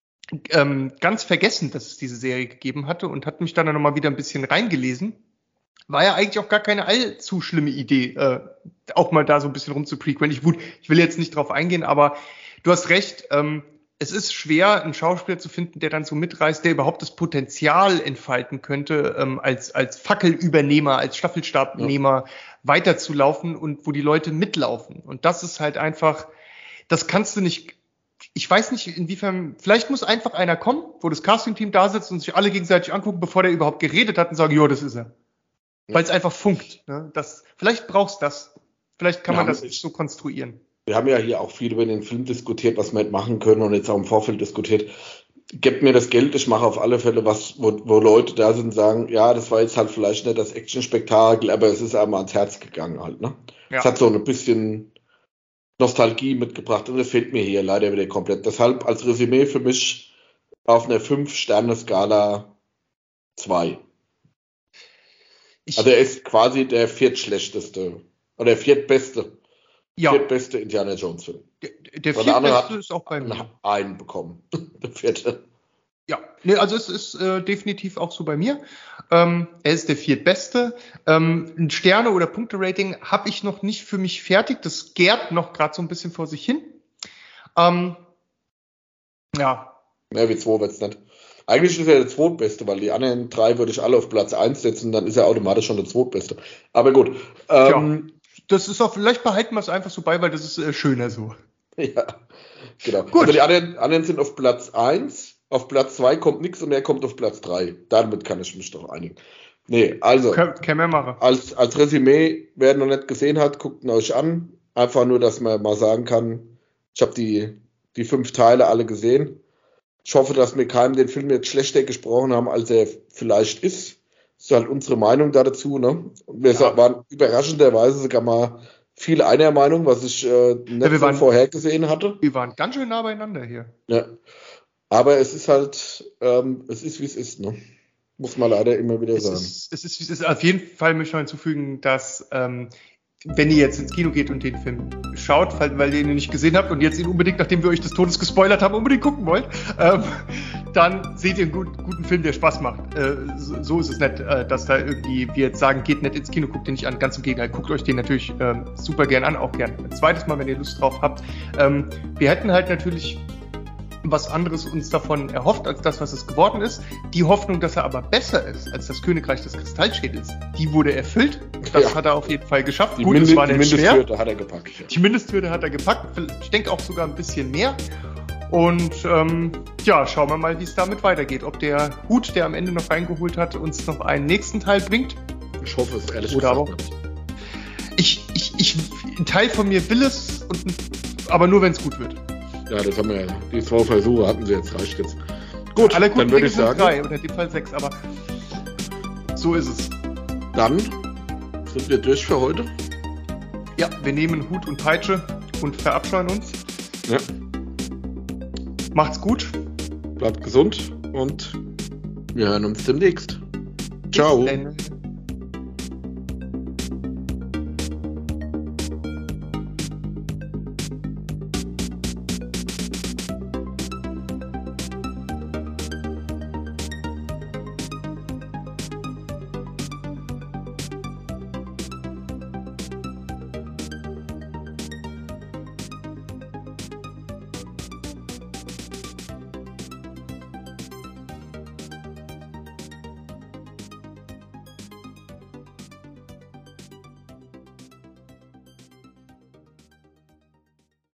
ganz vergessen, dass es diese Serie gegeben hatte und hat mich dann nochmal wieder ein bisschen reingelesen. War ja eigentlich auch gar keine allzu schlimme Idee, auch mal da so ein bisschen rumzuprequeln. Ich will jetzt nicht drauf eingehen, aber du hast recht, es ist schwer, einen Schauspieler zu finden, der dann so mitreißt, der überhaupt das Potenzial entfalten könnte, als Fackelübernehmer, als Staffelstabnehmer weiterzulaufen und wo die Leute mitlaufen. Und das ist halt einfach, das kannst du nicht. Ich weiß nicht, inwiefern, vielleicht muss einfach einer kommen, wo das Casting-Team da sitzt und sich alle gegenseitig angucken, bevor der überhaupt geredet hat und sagen, das ist er. Weil es einfach funkt. Ne? Vielleicht brauchst du das. Vielleicht kann man das so konstruieren. Wir haben ja hier auch viel über den Film diskutiert, was wir hätten machen können und jetzt auch im Vorfeld diskutiert. Gebt mir das Geld, ich mache auf alle Fälle was, wo Leute da sind und sagen, ja, das war jetzt halt vielleicht nicht das Action-Spektakel, aber es ist einmal ans Herz gegangen halt. Ne? Es hat so ein bisschen Nostalgie mitgebracht und das fehlt mir hier leider wieder komplett. Deshalb als Resümee für mich auf einer 5-Sterne-Skala 2. Also er ist quasi der viertschlechteste oder der viertbeste Indiana Jones Film. Der viertbeste ist auch bei mir. Einen bekommen. Der vierte. Ja, also es ist definitiv auch so bei mir. Er ist der viertbeste. Ein Sterne- oder Punkte-Rating habe ich noch nicht für mich fertig. Das gärt noch gerade so ein bisschen vor sich hin. Mehr wie 2 wird's nicht. Eigentlich ist er der zweitbeste, weil die anderen 3 würde ich alle auf Platz 1 setzen, dann ist er automatisch schon der zweitbeste. Aber gut. Das ist auch, vielleicht behalten wir es einfach so bei, weil das ist schöner so. Ja, genau. Gut. Also die anderen sind auf Platz 1, auf Platz 2 kommt nichts und er kommt auf Platz 3. Damit kann ich mich doch einigen. Nee, also, können wir machen. Als Resümee, wer noch nicht gesehen hat, guckt ihn euch an. Einfach nur, dass man mal sagen kann, ich habe die 5 Teile alle gesehen. Ich hoffe, dass wir keinem den Film jetzt schlechter gesprochen haben, als er vielleicht ist. Das ist halt unsere Meinung dazu. Ne? Wir waren überraschenderweise sogar mal viel einer Meinung, was ich nicht vorhergesehen hatte. Wir waren ganz schön nah beieinander hier. Ja. Aber es ist halt, es ist wie es ist, ne? Muss man leider immer wieder sagen. Es ist auf jeden Fall, möchte ich hinzufügen, dass wenn ihr jetzt ins Kino geht und den Film schaut, weil ihr ihn nicht gesehen habt und jetzt ihn unbedingt, nachdem wir euch des Todes gespoilert haben, unbedingt gucken wollt, dann seht ihr einen guten Film, der Spaß macht. So ist es nicht, dass da irgendwie wir jetzt sagen, geht nicht ins Kino, guckt den nicht an. Ganz im Gegenteil, guckt euch den natürlich super gern an, auch gern ein zweites Mal, wenn ihr Lust drauf habt. Wir hätten halt natürlich was anderes uns davon erhofft, als das, was es geworden ist. Die Hoffnung, dass er aber besser ist als das Königreich des Kristallschädels, die wurde erfüllt. Das hat er auf jeden Fall geschafft. Die Mindesthürde hat er gepackt. Ja. Die Mindesthürde hat er gepackt. Ich denke auch sogar ein bisschen mehr. Und schauen wir mal, wie es damit weitergeht. Ob der Hut, der am Ende noch reingeholt hat, uns noch einen nächsten Teil bringt. Ich hoffe es, ehrlich gesagt. Aber ein Teil von mir will es, aber nur, wenn es gut wird. Ja, das haben wir ja. Die 2 Versuche hatten sie jetzt, reicht jetzt. Gut, alle dann würde ich sagen. 3 oder in dem Fall 6, aber so ist es. Dann sind wir durch für heute. Ja, wir nehmen Hut und Peitsche und verabscheuen uns. Ja. Macht's gut. Bleibt gesund und wir hören uns demnächst. Ciao. Bis dann.